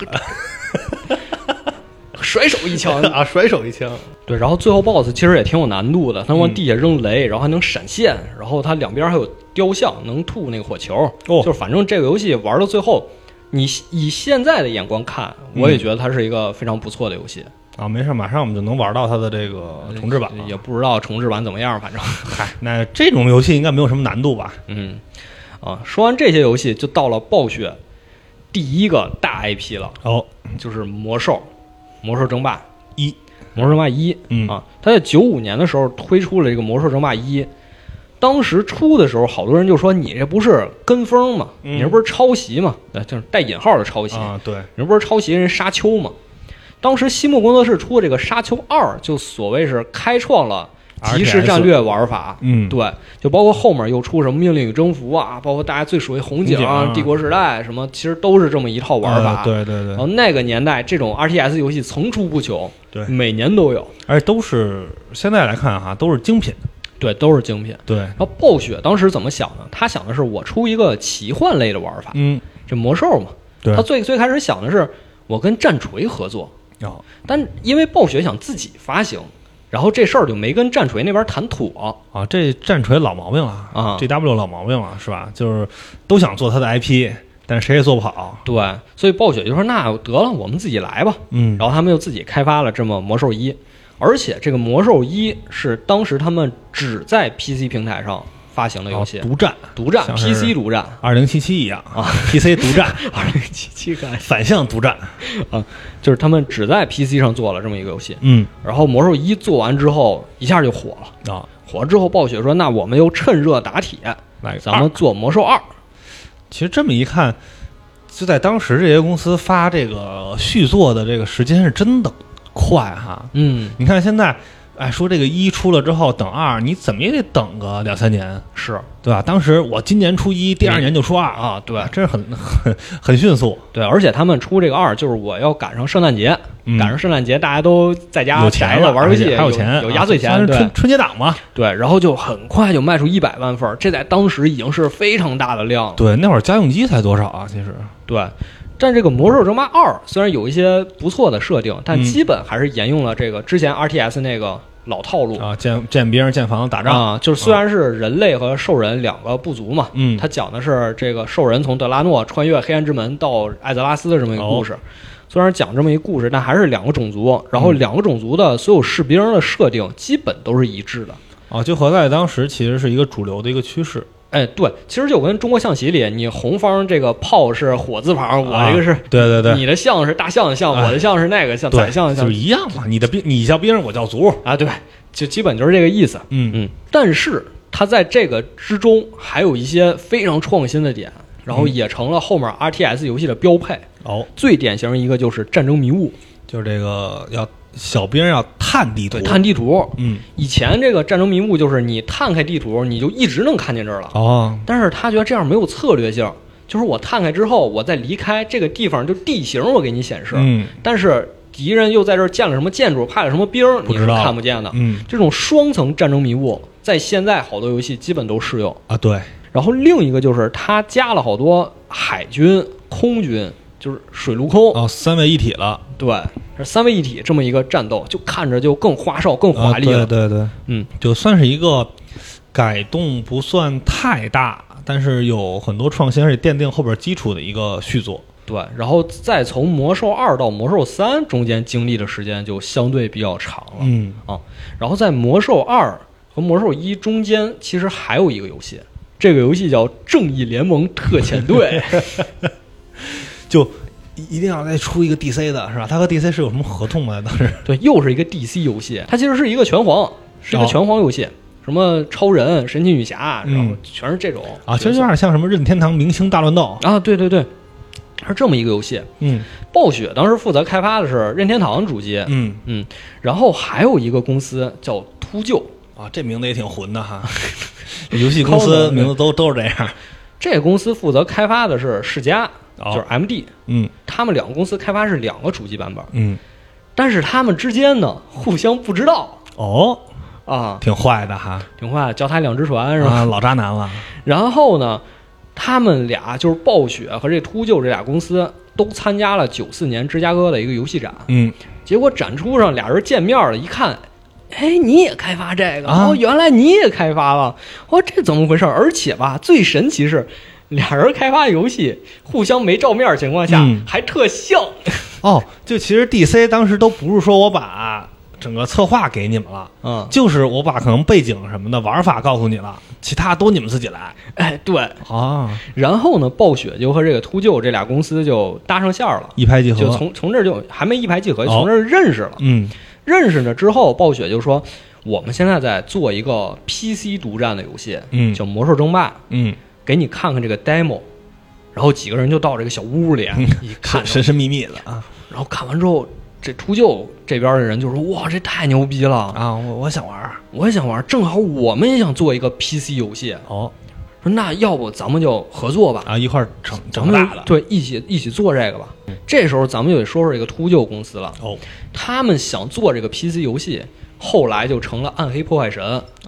甩手一枪甩手一枪。 对，然后最后 BOSS 其实也挺有难度的，他往地下扔雷，然后还能闪现，然后他两边还有雕像，能吐那个火球。就是反正这个游戏玩到最后，你以现在的眼光看，我也觉得它是一个非常不错的游戏没事，马上我们就能玩到它的这个重置版了。 也不知道重置版怎么样，反正那这种游戏应该没有什么难度吧？ 说完这些游戏，就到了暴雪第一个大 IP 了就是魔兽争霸1。魔兽争霸1它在95年的时候推出了这个魔兽争霸1，当时出的时候，好多人就说你这不是跟风吗？你这不是抄袭吗？就是带引号的抄袭对， 你这不是抄袭人沙丘吗？当时西木工作室出的这个沙丘2，就所谓是开创了即时战略玩法，对，就包括后面又出什么命令与征服包括大家最熟悉红警、帝国时代什么，其实都是这么一套玩法。 对。 然后那个年代，这种 RTS 游戏层出不穷， 对， 每年都有， 而且都是现在来看都是精品。 对，都是精品。 对， 然后暴雪当时怎么想呢？他想的是我出一个奇幻类的玩法，这魔兽嘛。 对， 他最开始想的是我跟战锤合作，但因为暴雪想自己发行。然后这事儿就没跟战锤那边谈妥这战锤老毛病了GW 老毛病了，是吧？就是都想做他的 IP， 但是谁也做不好。 对，所以暴雪就说那得了，我们自己来吧。然后他们又自己开发了这么魔兽1，而且这个魔兽1是当时他们只在 PC 平台上发行的游戏， 独占 PC 独占 ，2077一样啊，PC 独占 ，2077 反向独占啊，就是他们只在 PC 上做了这么一个游戏，然后魔兽1做完之后一下就火了啊，火了之后暴雪说，那我们又趁热打铁，咱们做魔兽2。 其实这么一看，就在当时这些公司发这个续作的这个时间是真的快哈，你看现在。说这个1出了之后等2，你怎么也得等个2-3年， 是对吧？当时我今年出1，第2年就出2 啊，对， 真是很迅速。 对，而且他们出这个2，就是我要赶上圣诞节，赶上圣诞节大家都在家宅着玩游戏， 还有钱， 有压岁钱，对， 春节档嘛。 对，然后就很快就卖出100万份，这在当时已经是非常大的量了。 对，那会儿家用机才多少啊？其实对。但这个《魔兽争霸2》虽然有一些不错的设定，但基本还是沿用了这个之前 RTS 那个老套路啊，建兵、建房、打仗啊，就是虽然是人类和兽人两个部族嘛，它讲的是这个兽人从德拉诺穿越黑暗之门到艾泽拉斯的这么一个故事。虽然讲这么一个故事，但还是两个种族，然后两个种族的所有士兵的设定基本都是一致的啊，就和在当时其实是一个主流的一个趋势。 哎，对，其实就跟中国象棋里，你红方这个炮是火字旁，我这个是对， 你的象是大象的象，我的象是那个象宰相的象， 就一样嘛。你叫兵，我叫卒啊，对，就基本就是这个意思。但是它在这个之中还有一些非常创新的点，然后也成了后面 RTS 游戏的标配。最典型一个就是战争迷雾， 就是这个小兵要探地图， 对，探地图。以前这个战争迷雾就是你探开地图，你就一直能看见这儿了。但是他觉得这样没有策略性，就是我探开之后，我再离开这个地方，就地形我给你显示。但是敌人又在这儿建了什么建筑，派了什么兵，你是看不见的。这种双层战争迷雾在现在好多游戏基本都适用啊。对。 然后另一个就是他加了好多海军、空军。就是水陆空 3位一体了， 对，是3位一体这么一个战斗，就看着就更花哨、更华丽了。 对，就算是一个改动不算太大，但是有很多创新，而且奠定后边基础的一个续作。 对，然后再从魔兽2到魔兽3中间经历的时间就相对比较长了。然后在魔兽2和魔兽1中间，其实还有一个游戏，这个游戏叫《正义联盟特遣队》。 就一定要再出一个 DC 的是吧？它和 DC 是有什么合同吗？当时对，又是一个 DC 游戏，它其实是一个拳皇，是一个拳皇游戏，什么超人、神奇女侠，然后全是这种啊，其实有点像什么任天堂明星大乱斗啊，对，是这么一个游戏。暴雪当时负责开发的是任天堂主机，然后还有一个公司叫秃鹫啊，这名字也挺混的哈，游戏公司名字都是这样。 这个公司负责开发的是世嘉。就是 MD，他们两个公司开发是2个主机版本，但是他们之间呢互相不知道挺坏的哈， 挺坏的，脚踏两只船是吧？ 老渣男了。 然后呢，他们俩就是暴雪和这秃鹫这俩公司都参加了94年芝加哥的一个游戏展，结果展出上俩人见面了，一看，哎，你也开发这个？原来你也开发了？这怎么回事？而且吧，最神奇是。俩人开发游戏，互相没照面情况下，还特像。 就其实 DC 当时都不是说我把整个策划给你们了，就是我把可能背景什么的玩法告诉你了，其他都你们自己来。 哎，对然后呢，暴雪就和这个秃鹫这俩公司就搭上线了， 一拍即合。 就从这儿就还没一拍即合，从这儿认识了。认识了之后，暴雪就说，我们现在在做一个 PC 独占的游戏，叫《魔兽争霸》。给你看看这个 demo， 然后几个人就到这个小屋里一看， 神神秘秘的啊。 然后看完之后，这秃鹫这边的人就说：“哇，这太牛逼了啊！我想玩， 我也想玩。正好我们也想做一个 PC 游戏。说那要不咱们就合作吧？ 一块儿整大的， 对，一起做这个吧。这时候咱们就得说说这个秃鹫公司了。他们想做这个 PC 游戏。”后来就成了暗黑破坏神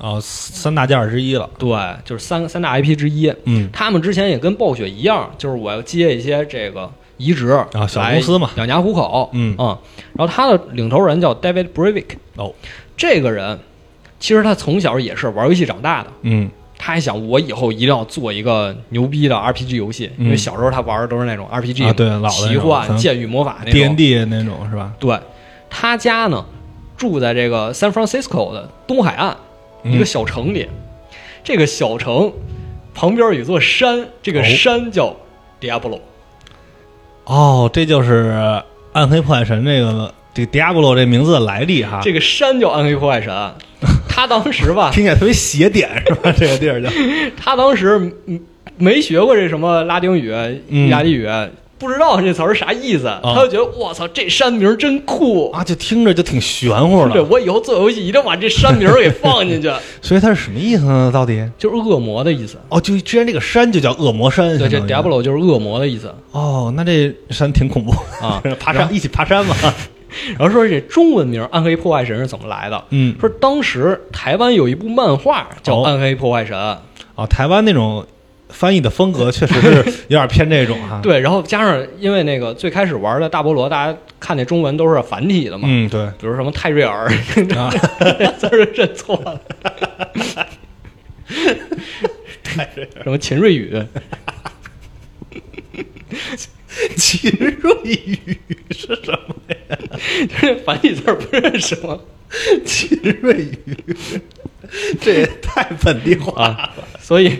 3大件之一了。 对，就是三大 IP 之一。他们之前也跟暴雪一样，就是我要接一些这个移植小公司嘛， 养家糊口。然后他的领头人叫 David Brevik。这个人其实他从小也是玩游戏长大的。他还想我以后一定要做一个牛逼的 RPG 游戏，因为小时候他玩的都是那种 RPG， 对，老的奇幻、剑与魔法那种 D&D 那种是吧？ 对，他家呢。住在这个 San Francisco 的东海岸一个小城里， 这个小城旁边有一座山，这个山叫 Diablo。 哦，这就是暗黑破坏神这个Diablo 这名字的来历哈。 这个山叫暗黑破坏神，他当时吧听起来特别邪典是吧？这个地儿叫他当时没学过这什么拉丁语、意大利语。不知道这词儿啥意思，他就觉得我操，这山名真酷啊，就听着就挺玄乎的。 对，我以后做游戏一定把这山名给放进去。 所以它是什么意思呢？到底就是恶魔的意思。 哦，就之前这个山就叫恶魔山。 对，这 Diablo 就是恶魔的意思。 哦，那这山挺恐怖啊， 爬山一起爬山嘛。 然后说这中文名《暗黑破坏神》是怎么来的？说当时台湾有一部漫画叫《暗黑破坏神》。 哦，台湾那种。翻译的风格确实是有点偏这种哈。 对，然后加上因为那个最开始玩的大菠萝，大家看那中文都是繁体的嘛。 对， 比如什么泰瑞尔，字儿认错了。 泰瑞尔， 什么秦瑞宇？ 秦瑞宇是什么呀？ 就是繁体字不认识吗？ 秦瑞宇，这也太本地化了。 所以。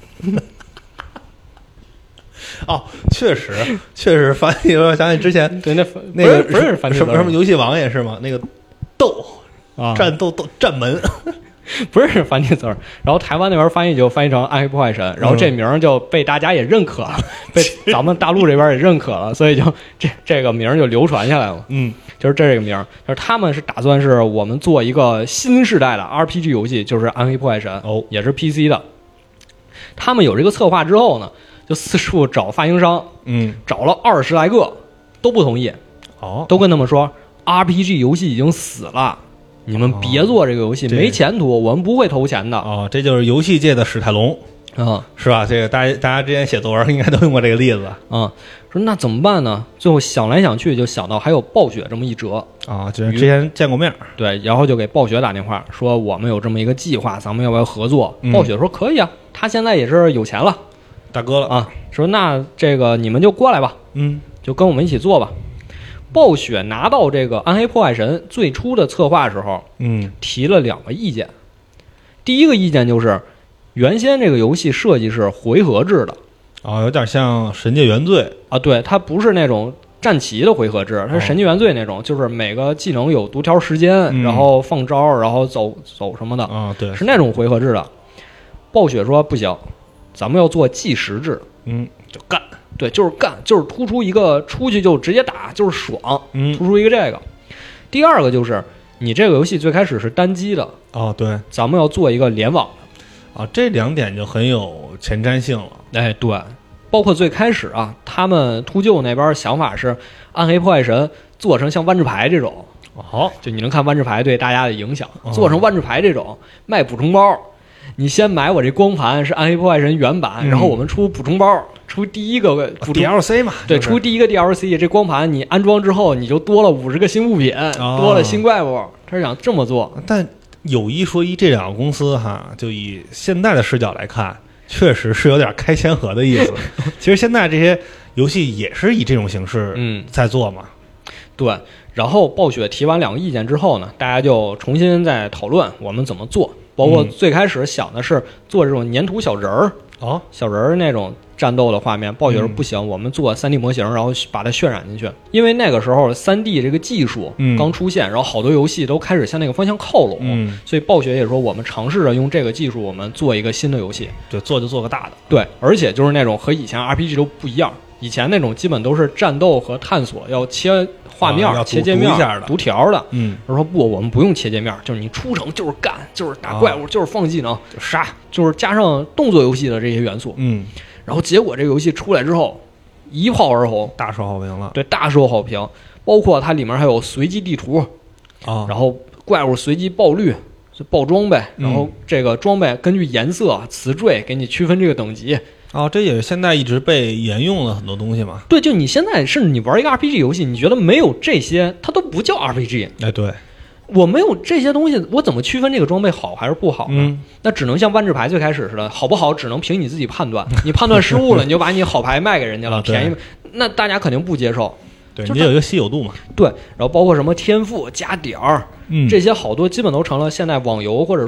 哦，确实繁体。我想起之前对那个不是繁体什么游戏王也是吗？那个斗啊， 战斗战门不是繁体字儿。然后台湾那边翻译就翻译成暗黑破坏神，然后这名就被大家也认可了，被咱们大陆这边也认可了，所以就这个名就流传下来了。就是这个名，就是他们是打算是我们做一个新世代的 RPG 游戏，就是暗黑破坏神，也是 PC 的。他们有这个策划之后呢，就四处找发行商，找了20来个，都不同意，都跟他们说 RPG 游戏已经死了，你们别做这个游戏，没前途，我们不会投钱的。 这就是游戏界的史泰龙是吧？这个大家之前写作文应该都用过这个例子说那怎么办呢？最后想来想去，就想到还有暴雪这么一折就是之前见过面。 对，然后就给暴雪打电话说我们有这么一个计划，咱们要不要合作？暴雪说可以啊，他现在也是有钱了， 大哥了说那这个你们就过来吧，就跟我们一起做吧。暴雪拿到这个《暗黑破坏神》最初的策划的时候，提了2个意见。第一个意见就是原先这个游戏设计是回合制的。 有点像《神界原罪》 对，它不是那种战旗的回合制，它是《神界原罪》那种，就是每个技能有读条时间，然后放招，然后走什么的对， 是那种回合制的。暴雪说不行，咱们要做计时制， 就干， 对，就是干，就是突出一个出去就直接打，就是爽，突出一个这个。第二个就是你这个游戏最开始是单机的， 对， 咱们要做一个联网的，这2点就很有前瞻性了。 对，包括最开始他们秃鹫那边想法是暗黑破坏神做成像万智牌这种，就你能看万智牌对大家的影响，做成万智牌这种卖补充包。你先买我这光盘是暗黑破坏神原版，然后我们出补充包，出第一个补充 DLC 嘛， 对，出第一个 DLC， 这光盘你安装之后，你就多了50个新物品，多了新怪物。他是想这么做， 但有一说一，这2个公司就以现在的视角来看，确实是有点开先河的意思。其实现在这些游戏也是以这种形式在做嘛。 对，然后暴雪提完2个意见之后呢，大家就重新再讨论我们怎么做。包括最开始想的是做这种粘土小人儿，小人儿那种战斗的画面，暴雪说不行，我们做 3D 模型，然后把它渲染进去。因为那个时候 3D 这个技术刚出现，然后好多游戏都开始向那个方向靠拢，所以暴雪也说我们尝试着用这个技术，我们做一个新的游戏， 就做个大的。 对，而且就是那种和以前 RPG 都不一样，以前那种基本都是战斗和探索要切画面、切界面、读条的。他说不，我们不用切界面，就是你出城就是干，就是打怪物，就是放技能，就杀，就是加上动作游戏的这些元素。然后结果这个游戏出来之后一炮而红， 大受好评了。 对，大受好评，包括它里面还有随机地图然后怪物随机爆率、爆装备，然后这个装备根据颜色、词缀给你区分这个等级。 这也是现在一直被沿用的很多东西嘛。 对，就你现在甚至你玩一个 RPG 游戏，你觉得没有这些，它都不叫 RPG。 对， 我没有这些东西，我怎么区分这个装备好还是不好呢？那只能像万智牌最开始似的，好不好只能凭你自己判断。你判断失误了，你就把你好牌卖给人家了，便宜，那大家肯定不接受。 对，你有一个稀有度嘛。 对，然后包括什么天赋加点儿，这些好多基本都成了现在网游或者说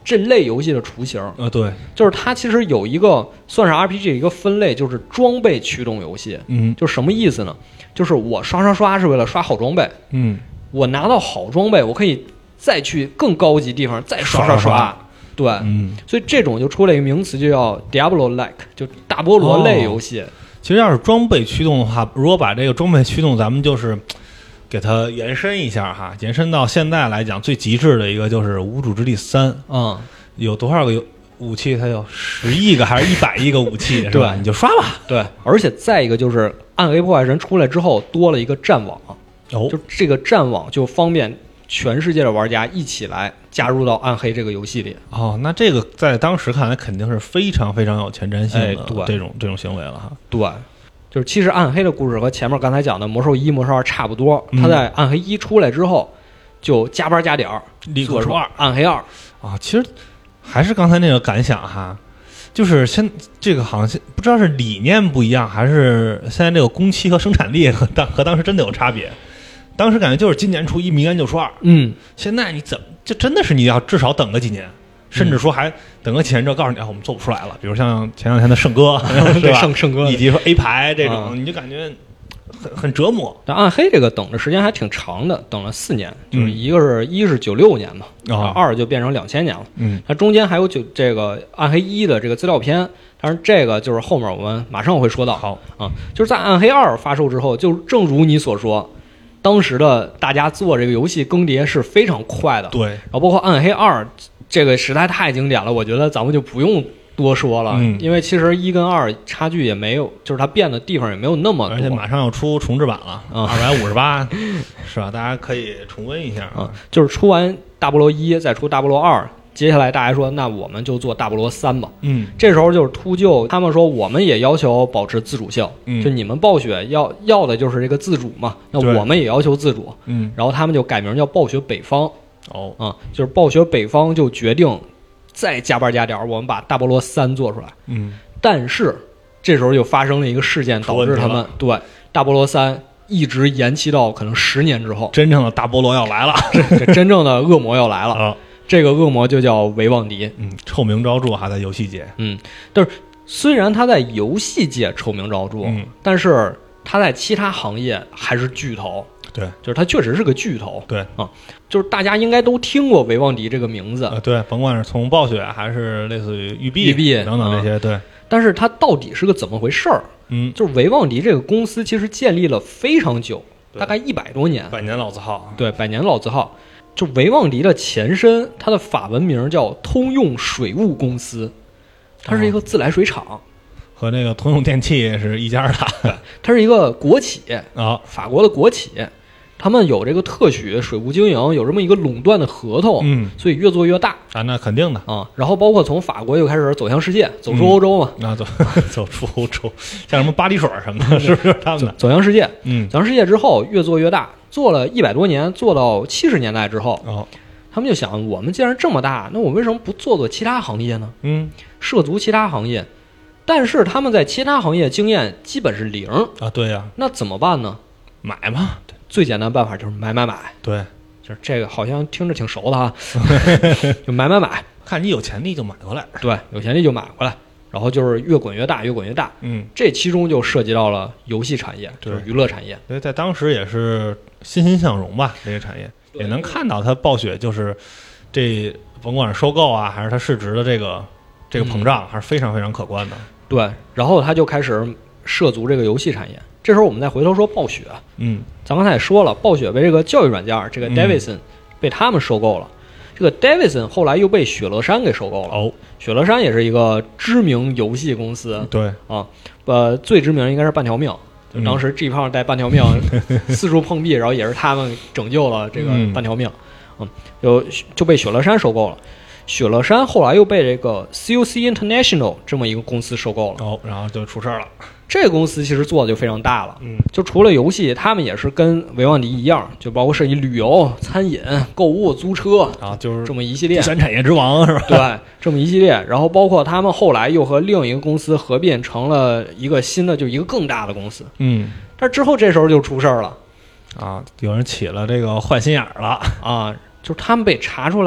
这类游戏的雏形。 对， 就是它其实有一个算是 RPG 一个分类，就是装备驱动游戏。就什么意思呢？就是我刷是为了刷好装备。我拿到好装备，我可以再去更高级地方再刷。对，所以这种就出了一个名词，就叫 Diablo-like， 就大菠萝类游戏。 其实要是装备驱动的话，如果把这个装备驱动，咱们就是给它延伸一下哈，延伸到现在来讲，最极致的一个就是《无主之地3》。有多少个武器？它有10亿个还是100亿个武器？是吧？你就刷吧。 对，而且再一个就是《暗黑破坏神》出来之后，多了一个战网。就这个战网就方便全世界的玩家一起来加入到暗黑这个游戏里。 那这个在当时看来肯定是非常非常有前瞻性的这种行为了哈。 对，就是其实暗黑的故事和前面刚才讲的魔兽1、魔兽2差不多。它在暗黑1出来之后，就加班加点立刻出暗黑2 其实还是刚才那个感想哈，就是这个好像不知道是理念不一样，还是现在这个工期和生产力和当时真的有差别。当时感觉就是今年出1，明年就出2。现在你怎么就真的是你要至少等个几年，甚至说还等个几年之后告诉你我们做不出来了。比如像前两天的圣歌，是吧？ 圣歌以及说 A 牌这种，你就感觉很折磨。 但暗黑这个等的时间还挺长的，等了4年，就是一是96年嘛，2就变成2000年了。它中间还有这个暗黑1的这个资料片，当然这个就是后面我们马上会说到。 好就是在暗黑2发售之后，就正如你所说。当时的大家做这个游戏更迭是非常快的， 对， 然后包括暗黑2这个实在太经典了，我觉得咱们就不用多说了，因为其实1跟2差距也没有，就是它变的地方也没有那么多， 而且马上要出重制版了，258是吧？大家可以重温一下就是出完大菠萝1再出大菠萝2。接下来大家说，那我们就做大菠萝3吧。这时候就是秃鹫他们说，我们也要求保持自主性。就你们暴雪要的就是这个自主嘛，那我们也要求自主。然后他们就改名叫暴雪北方。就是暴雪北方就决定再加班加点，我们把大菠萝3做出来。但是这时候就发生了一个事件，导致他们对大菠萝3一直延期到可能10年之后， 真正的大菠萝要来了， 这真正的恶魔要来了。这个恶魔就叫维旺迪， 臭名昭著，还在游戏界， 但是虽然他在游戏界臭名昭著，但是他在其他行业还是巨头， 对， 就是他确实是个巨头， 对就是大家应该都听过维旺迪这个名字， 对，甭管是从暴雪还是类似于育碧等等这些，对， 但是他到底是个怎么回事儿？就是维旺迪这个公司其实建立了非常久，大概100多年， 百年老字号， 对，百年老字号。就维旺迪的前身，它的法文名叫通用水务公司，它是一个自来水厂， 和那个通用电器是一家的。 它是一个国企法国的国企，他们有这个特许水务经营，有这么一个垄断的合同，所以越做越大那肯定的然后包括从法国又开始走向世界，走出欧洲嘛， 走出欧洲，像什么巴黎水什么的，是不是他们的走向世界？走向世界之后越做越大。做了100多年，做到70年代之后，他们就想，我们既然这么大，那我为什么不做其他行业呢？涉足其他行业，但是他们在其他行业经验基本是0 对呀， 那怎么办呢？ 买嘛， 最简单的办法就是买， 对， 就是这个好像听着挺熟的哈，就买， 看你有潜力就买过来， 对，有潜力就买过来。然后就是越滚越大，越滚越大。这其中就涉及到了游戏产业，就是娱乐产业。 所以在当时也是欣欣向荣吧，这个产业也能看到它暴雪就是这甭管是收购啊，还是它市值的这个膨胀，还是非常非常可观的。 对，然后他就开始涉足这个游戏产业。这时候我们再回头说暴雪，咱刚才也说了，暴雪被这个教育软件这个 Davidson 被他们收购了。这个 Davidson 后来又被雪乐山给收购了。雪乐山也是一个知名游戏公司。 对最知名应该是半条命，就当时 G 胖带半条命四处碰壁，然后也是他们拯救了这个半条命。就被雪乐山收购了。雪乐山后来又被这个 COC International 这么一个公司收购了。 然后就出事了。 这个公司其实做的就非常大了，就除了游戏，他们也是跟维旺迪一样，就包括涉及旅游、餐饮、购物、租车就是这么一系列， 第三产业之王是吧？ 对，这么一系列。然后包括他们后来又和另一个公司合并成了一个新的，就一个更大的公司。但之后这时候就出事儿了有人起了这个坏心眼了就是他们被查出来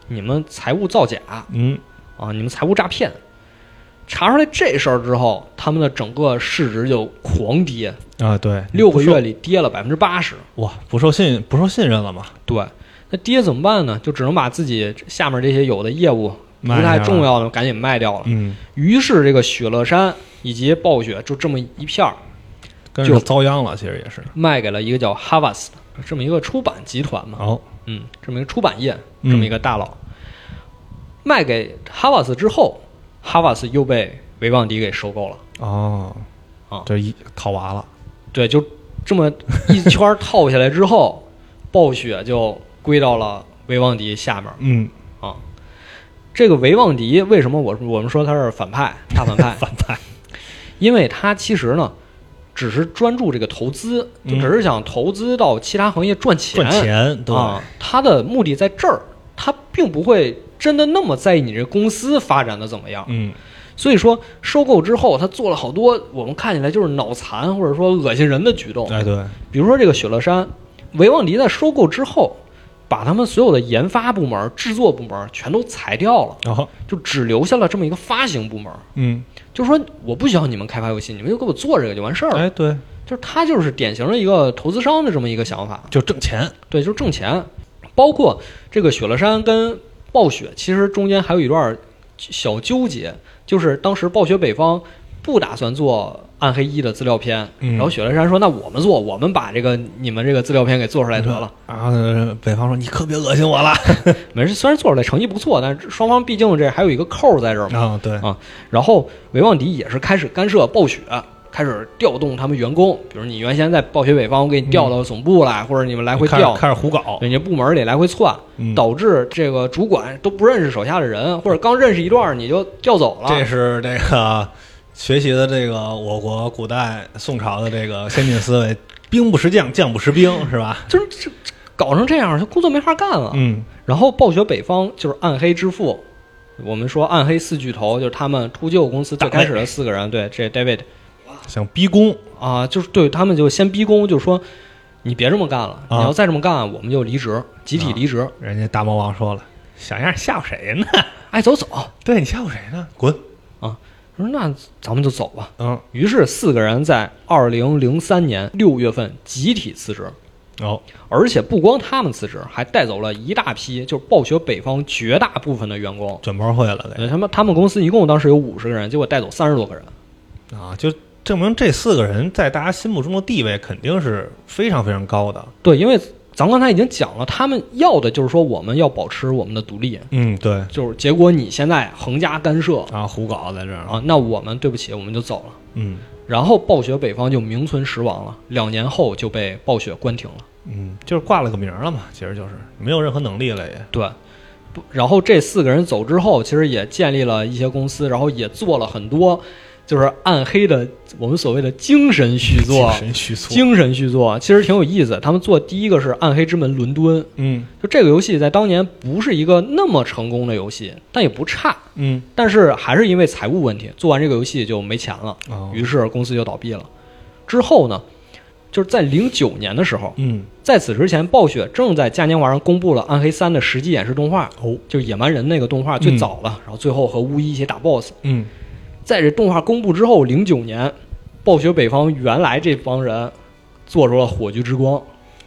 你们财务造假， 你们财务诈骗。查出来这事儿之后，他们的整个市值就狂跌啊！对 ，6个月里跌了80%。 哇，不受信任了嘛？ 对，那跌怎么办呢？就只能把自己下面这些有的业务不太重要的赶紧卖掉了。于是这个雪乐山以及暴雪就这么一片儿， 就遭殃了。其实也是卖给了一个叫 Havas 的这么一个出版集团嘛。这么一个出版业，这么一个大佬，卖给 Havas 之后。哈瓦斯又被维旺迪给收购了。 这一套娃了。 对，就这么一圈套下来之后，暴雪就归到了维旺迪下面。这个维旺迪为什么我们说他是反派，大反派？ 反派， 因为他其实呢，只是专注这个投资，就只是想投资到其他行业赚钱。 对他的目的在这儿，他并不会真的那么在意你这公司发展的怎么样。所以说收购之后他做了好多我们看起来就是脑残或者说恶心人的举动。 对， 比如说这个雪乐山，维旺迪在收购之后把他们所有的研发部门、制作部门全都裁掉了，就只留下了这么一个发行部门。就是说我不需要你们开发游戏，你们就给我做这个就完事儿了。 对， 就是他就是典型的一个投资商的这么一个想法， 就挣钱。 对，就是挣钱。包括这个雪乐山跟暴雪其实中间还有一段小纠结，就是当时暴雪北方不打算做暗黑1的资料片，然后雪乐山说那我们做，我们把这个你们这个资料片给做出来得了。 然后北方说你可别恶心我了。 没事，虽然做出来成绩不错，但是双方毕竟这还有一个扣在这儿嘛。 对然后维旺迪也是开始干涉暴雪，开始调动他们员工，比如你原先在暴雪北方，我给你调到总部来，或者你们来回调， 开始胡搞， 人家部门里来回窜，导致这个主管都不认识手下的人，或者刚认识一段你就调走了。 这是这个学习的这个我国古代宋朝的这个先进思维，兵不识将，将不识兵，是吧？ 就是搞成这样，就工作没法干了。然后暴雪北方就是暗黑之父，我们说暗黑4巨头，就是他们秃鹫公司最开始的4个人，对，这 David。 想逼宫就是对他们就先逼宫，就说你别这么干了，你要再这么干，我们就离职，集体离职。 人家大魔王说了，想样吓唬谁呢？ 爱走。 对，你吓唬谁呢？滚！ 说那咱们就走吧。于是4个人在2003年6月份集体辞职。而且不光他们辞职，还带走了一大批，就是暴雪北方绝大部分的员工， 卷包会了。 他们公司一共当时有50个人，结果带走30多个人。 就证明这4个人在大家心目中的地位肯定是非常非常高的。 对，因为咱刚才已经讲了，他们要的就是说我们要保持我们的独立。 对， 就是结果你现在横加干涉胡搞在这儿那我们对不起，我们就走了。然后暴雪北方就名存实亡了，2年后就被暴雪关停了。 就是挂了个名了嘛，其实就是没有任何能力了也。 对，然后这4个人走之后，其实也建立了一些公司，然后也做了很多。就是暗黑的我们所谓的精神续作，精神续作其实挺有意思。他们做第一个是《暗黑之门：伦敦》，就这个游戏在当年不是一个那么成功的游戏，但也不差，但是还是因为财务问题，做完这个游戏就没钱了，于是公司就倒闭了。之后呢，就是在09年的时候，在此之前，暴雪正在嘉年华上公布了《暗黑3》的实际演示动画，就是野蛮人那个动画最早的，然后最后和巫医一起打 BOSS，在这动画公布之后，09年，暴雪北方原来这帮人做出了《火炬之光》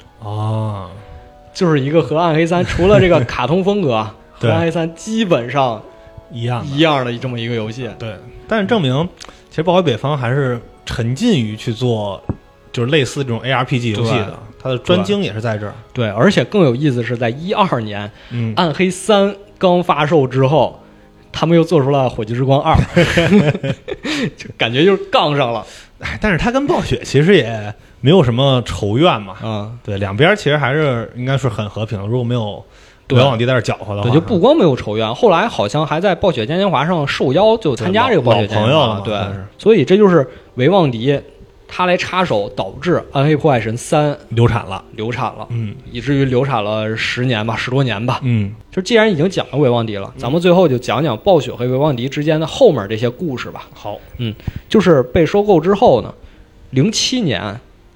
就是一个和《暗黑3》除了这个卡通风格和《暗黑3》基本上一样的这么一个游戏。 对，但是证明其实暴雪北方还是沉浸于去做就是类似这种 ARPG 游戏的，它的专精也是在这儿。 对，而且更有意思是在12年，暗黑3刚发售之后。他们又做出了《火炬之光2》就感觉就是杠上了。 但是他跟暴雪其实也没有什么仇怨嘛。对，两边其实还是应该是很和平的。如果没有维旺迪在这搅和的话， 对，就不光没有仇怨，后来好像还在暴雪嘉年华上受邀就参加这个暴雪嘉年华。 朋友了， 对，所以这就是维旺迪他来插手，导致《暗黑破坏神3》 流产了， 以至于流产了10年吧，10多年吧。就既然已经讲了维旺迪了，咱们最后就讲讲暴雪和维旺迪之间的后面这些故事吧。 好， 就是被收购之后呢，07年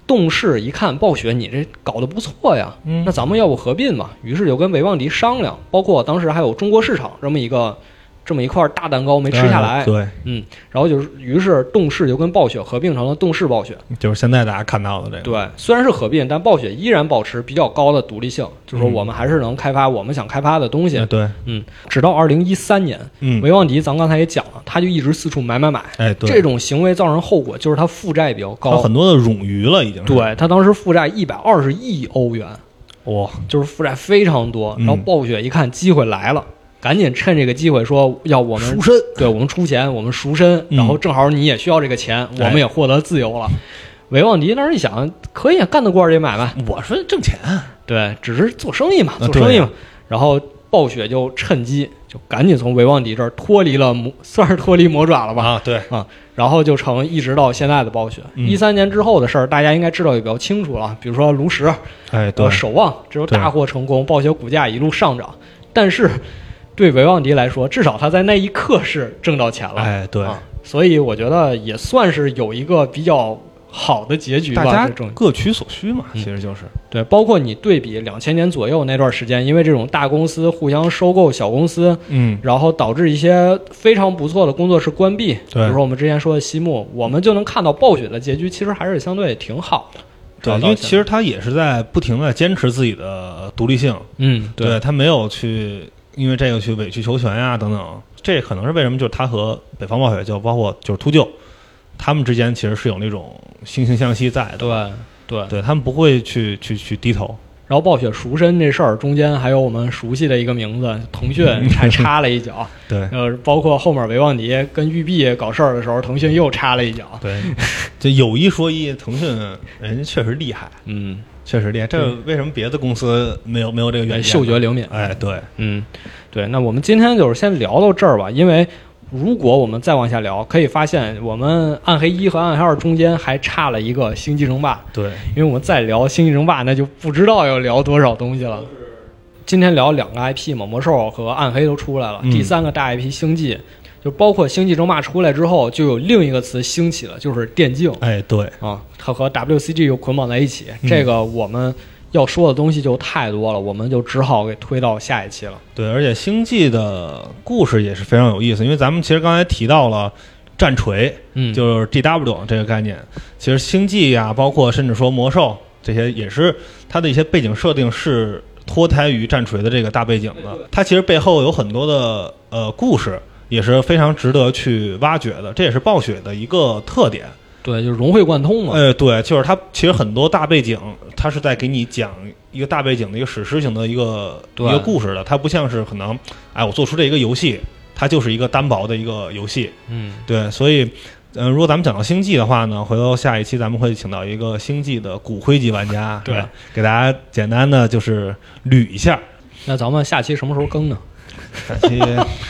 动视一看暴雪你这搞得不错呀，那咱们要不合并嘛？于是就跟维旺迪商量，包括当时还有中国市场这么一块大蛋糕没吃下来， 对， 然后于是动视就跟暴雪合并成了动视暴雪， 就是现在大家看到的这个。 对，虽然是合并，但暴雪依然保持比较高的独立性，就是说我们还是能开发我们想开发的东西。 对， 直到2013年，维旺迪咱们刚才也讲了，他就一直四处买， 哎，对， 这种行为造成后果就是他负债比较高， 他很多的冗余了已经。 对，他当时负债120亿欧元， 哇， 就是负债非常多。然后暴雪一看机会来了。赶紧趁这个机会说要我们赎身， 对我们出钱，我们赎身，然后正好你也需要这个钱，我们也获得自由了。维旺迪当时一想，可以干得过这买卖， 我说挣钱， 对，只是做生意嘛，做生意嘛。然后暴雪就趁机就赶紧从维旺迪这儿算是脱离魔爪了吧？ 啊，对啊，然后就成一直到现在的暴雪。13年之后的事儿，大家应该知道也比较清楚了，比如说炉石， 哎，对， 守望，这都大获成功，暴雪股价一路上涨，但是。对维旺迪来说，至少他在那一刻是挣到钱了， 哎，对， 所以我觉得也算是有一个比较好的结局吧。 大家各取所需嘛，其实就是对。包括你对比2000年左右那段时间，因为这种大公司互相收购小公司，然后导致一些非常不错的工作室关闭，比如说我们之前说的西木，我们就能看到暴雪的结局其实还是相对挺好的。 对，因为其实他也是在不停的坚持自己的独立性，对，他没有去。因为这个去委曲求全呀，等等，这可能是为什么就是他和北方暴雪就包括就是秃鹫，他们之间其实是有那种惺惺相惜在的。对，他们不会去低头。 然后暴雪赎身这事儿中间还有我们熟悉的一个名字，腾讯还插了一脚。 对， 包括后面维旺迪跟育碧搞事儿的时候，腾讯又插了一脚。 对，就有一说一，腾讯人家确实厉害。确实厉害，这为什么别的公司没有这个远见？ 嗅觉灵敏。 哎，对， 对。那我们今天就是先聊到这儿吧，因为如果我们再往下聊，可以发现我们暗黑1和暗黑2中间还差了一个星际争霸。 对， 因为我们再聊星际争霸，那就不知道要聊多少东西了。今天聊2个 IP 嘛，魔兽和暗黑都出来了，第3个大 IP 星际。就包括星际争霸出来之后，就有另一个词兴起了，就是电竞。 哎，对啊，它和 WCG 又捆绑在一起。这个我们要说的东西就太多了，我们就只好给推到下一期了。 对，而且星际的故事也是非常有意思，因为咱们其实刚才提到了战锤，就是 GW 这个概念。其实星际呀，包括甚至说魔兽这些，也是它的一些背景设定是脱胎于战锤的这个大背景的。它其实背后有很多的故事。也是非常值得去挖掘的，这也是暴雪的一个特点。 对，就是融会贯通嘛。 对，就是它其实很多大背景，它是在给你讲一个大背景的一个史诗型的一个故事的，它不像是可能，我做出这一个游戏，它就是一个单薄的一个游戏。对，所以，如果咱们讲到星际的话呢，回头下一期咱们会请到一个星际的骨灰级玩家， 对， 给大家简单的就是捋一下。 那咱们下期什么时候更呢？ 下期。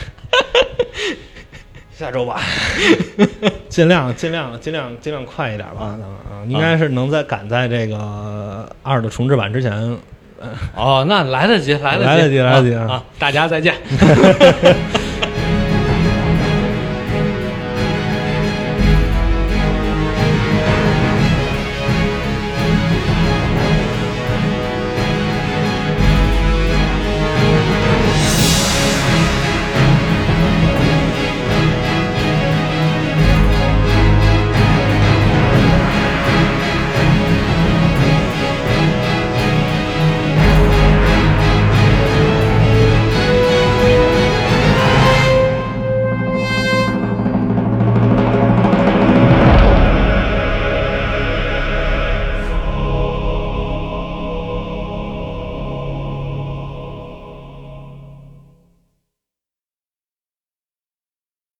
下周吧，尽量快一点吧，应该是能赶在这个2的重置版之前。 那来得及啊！大家再见。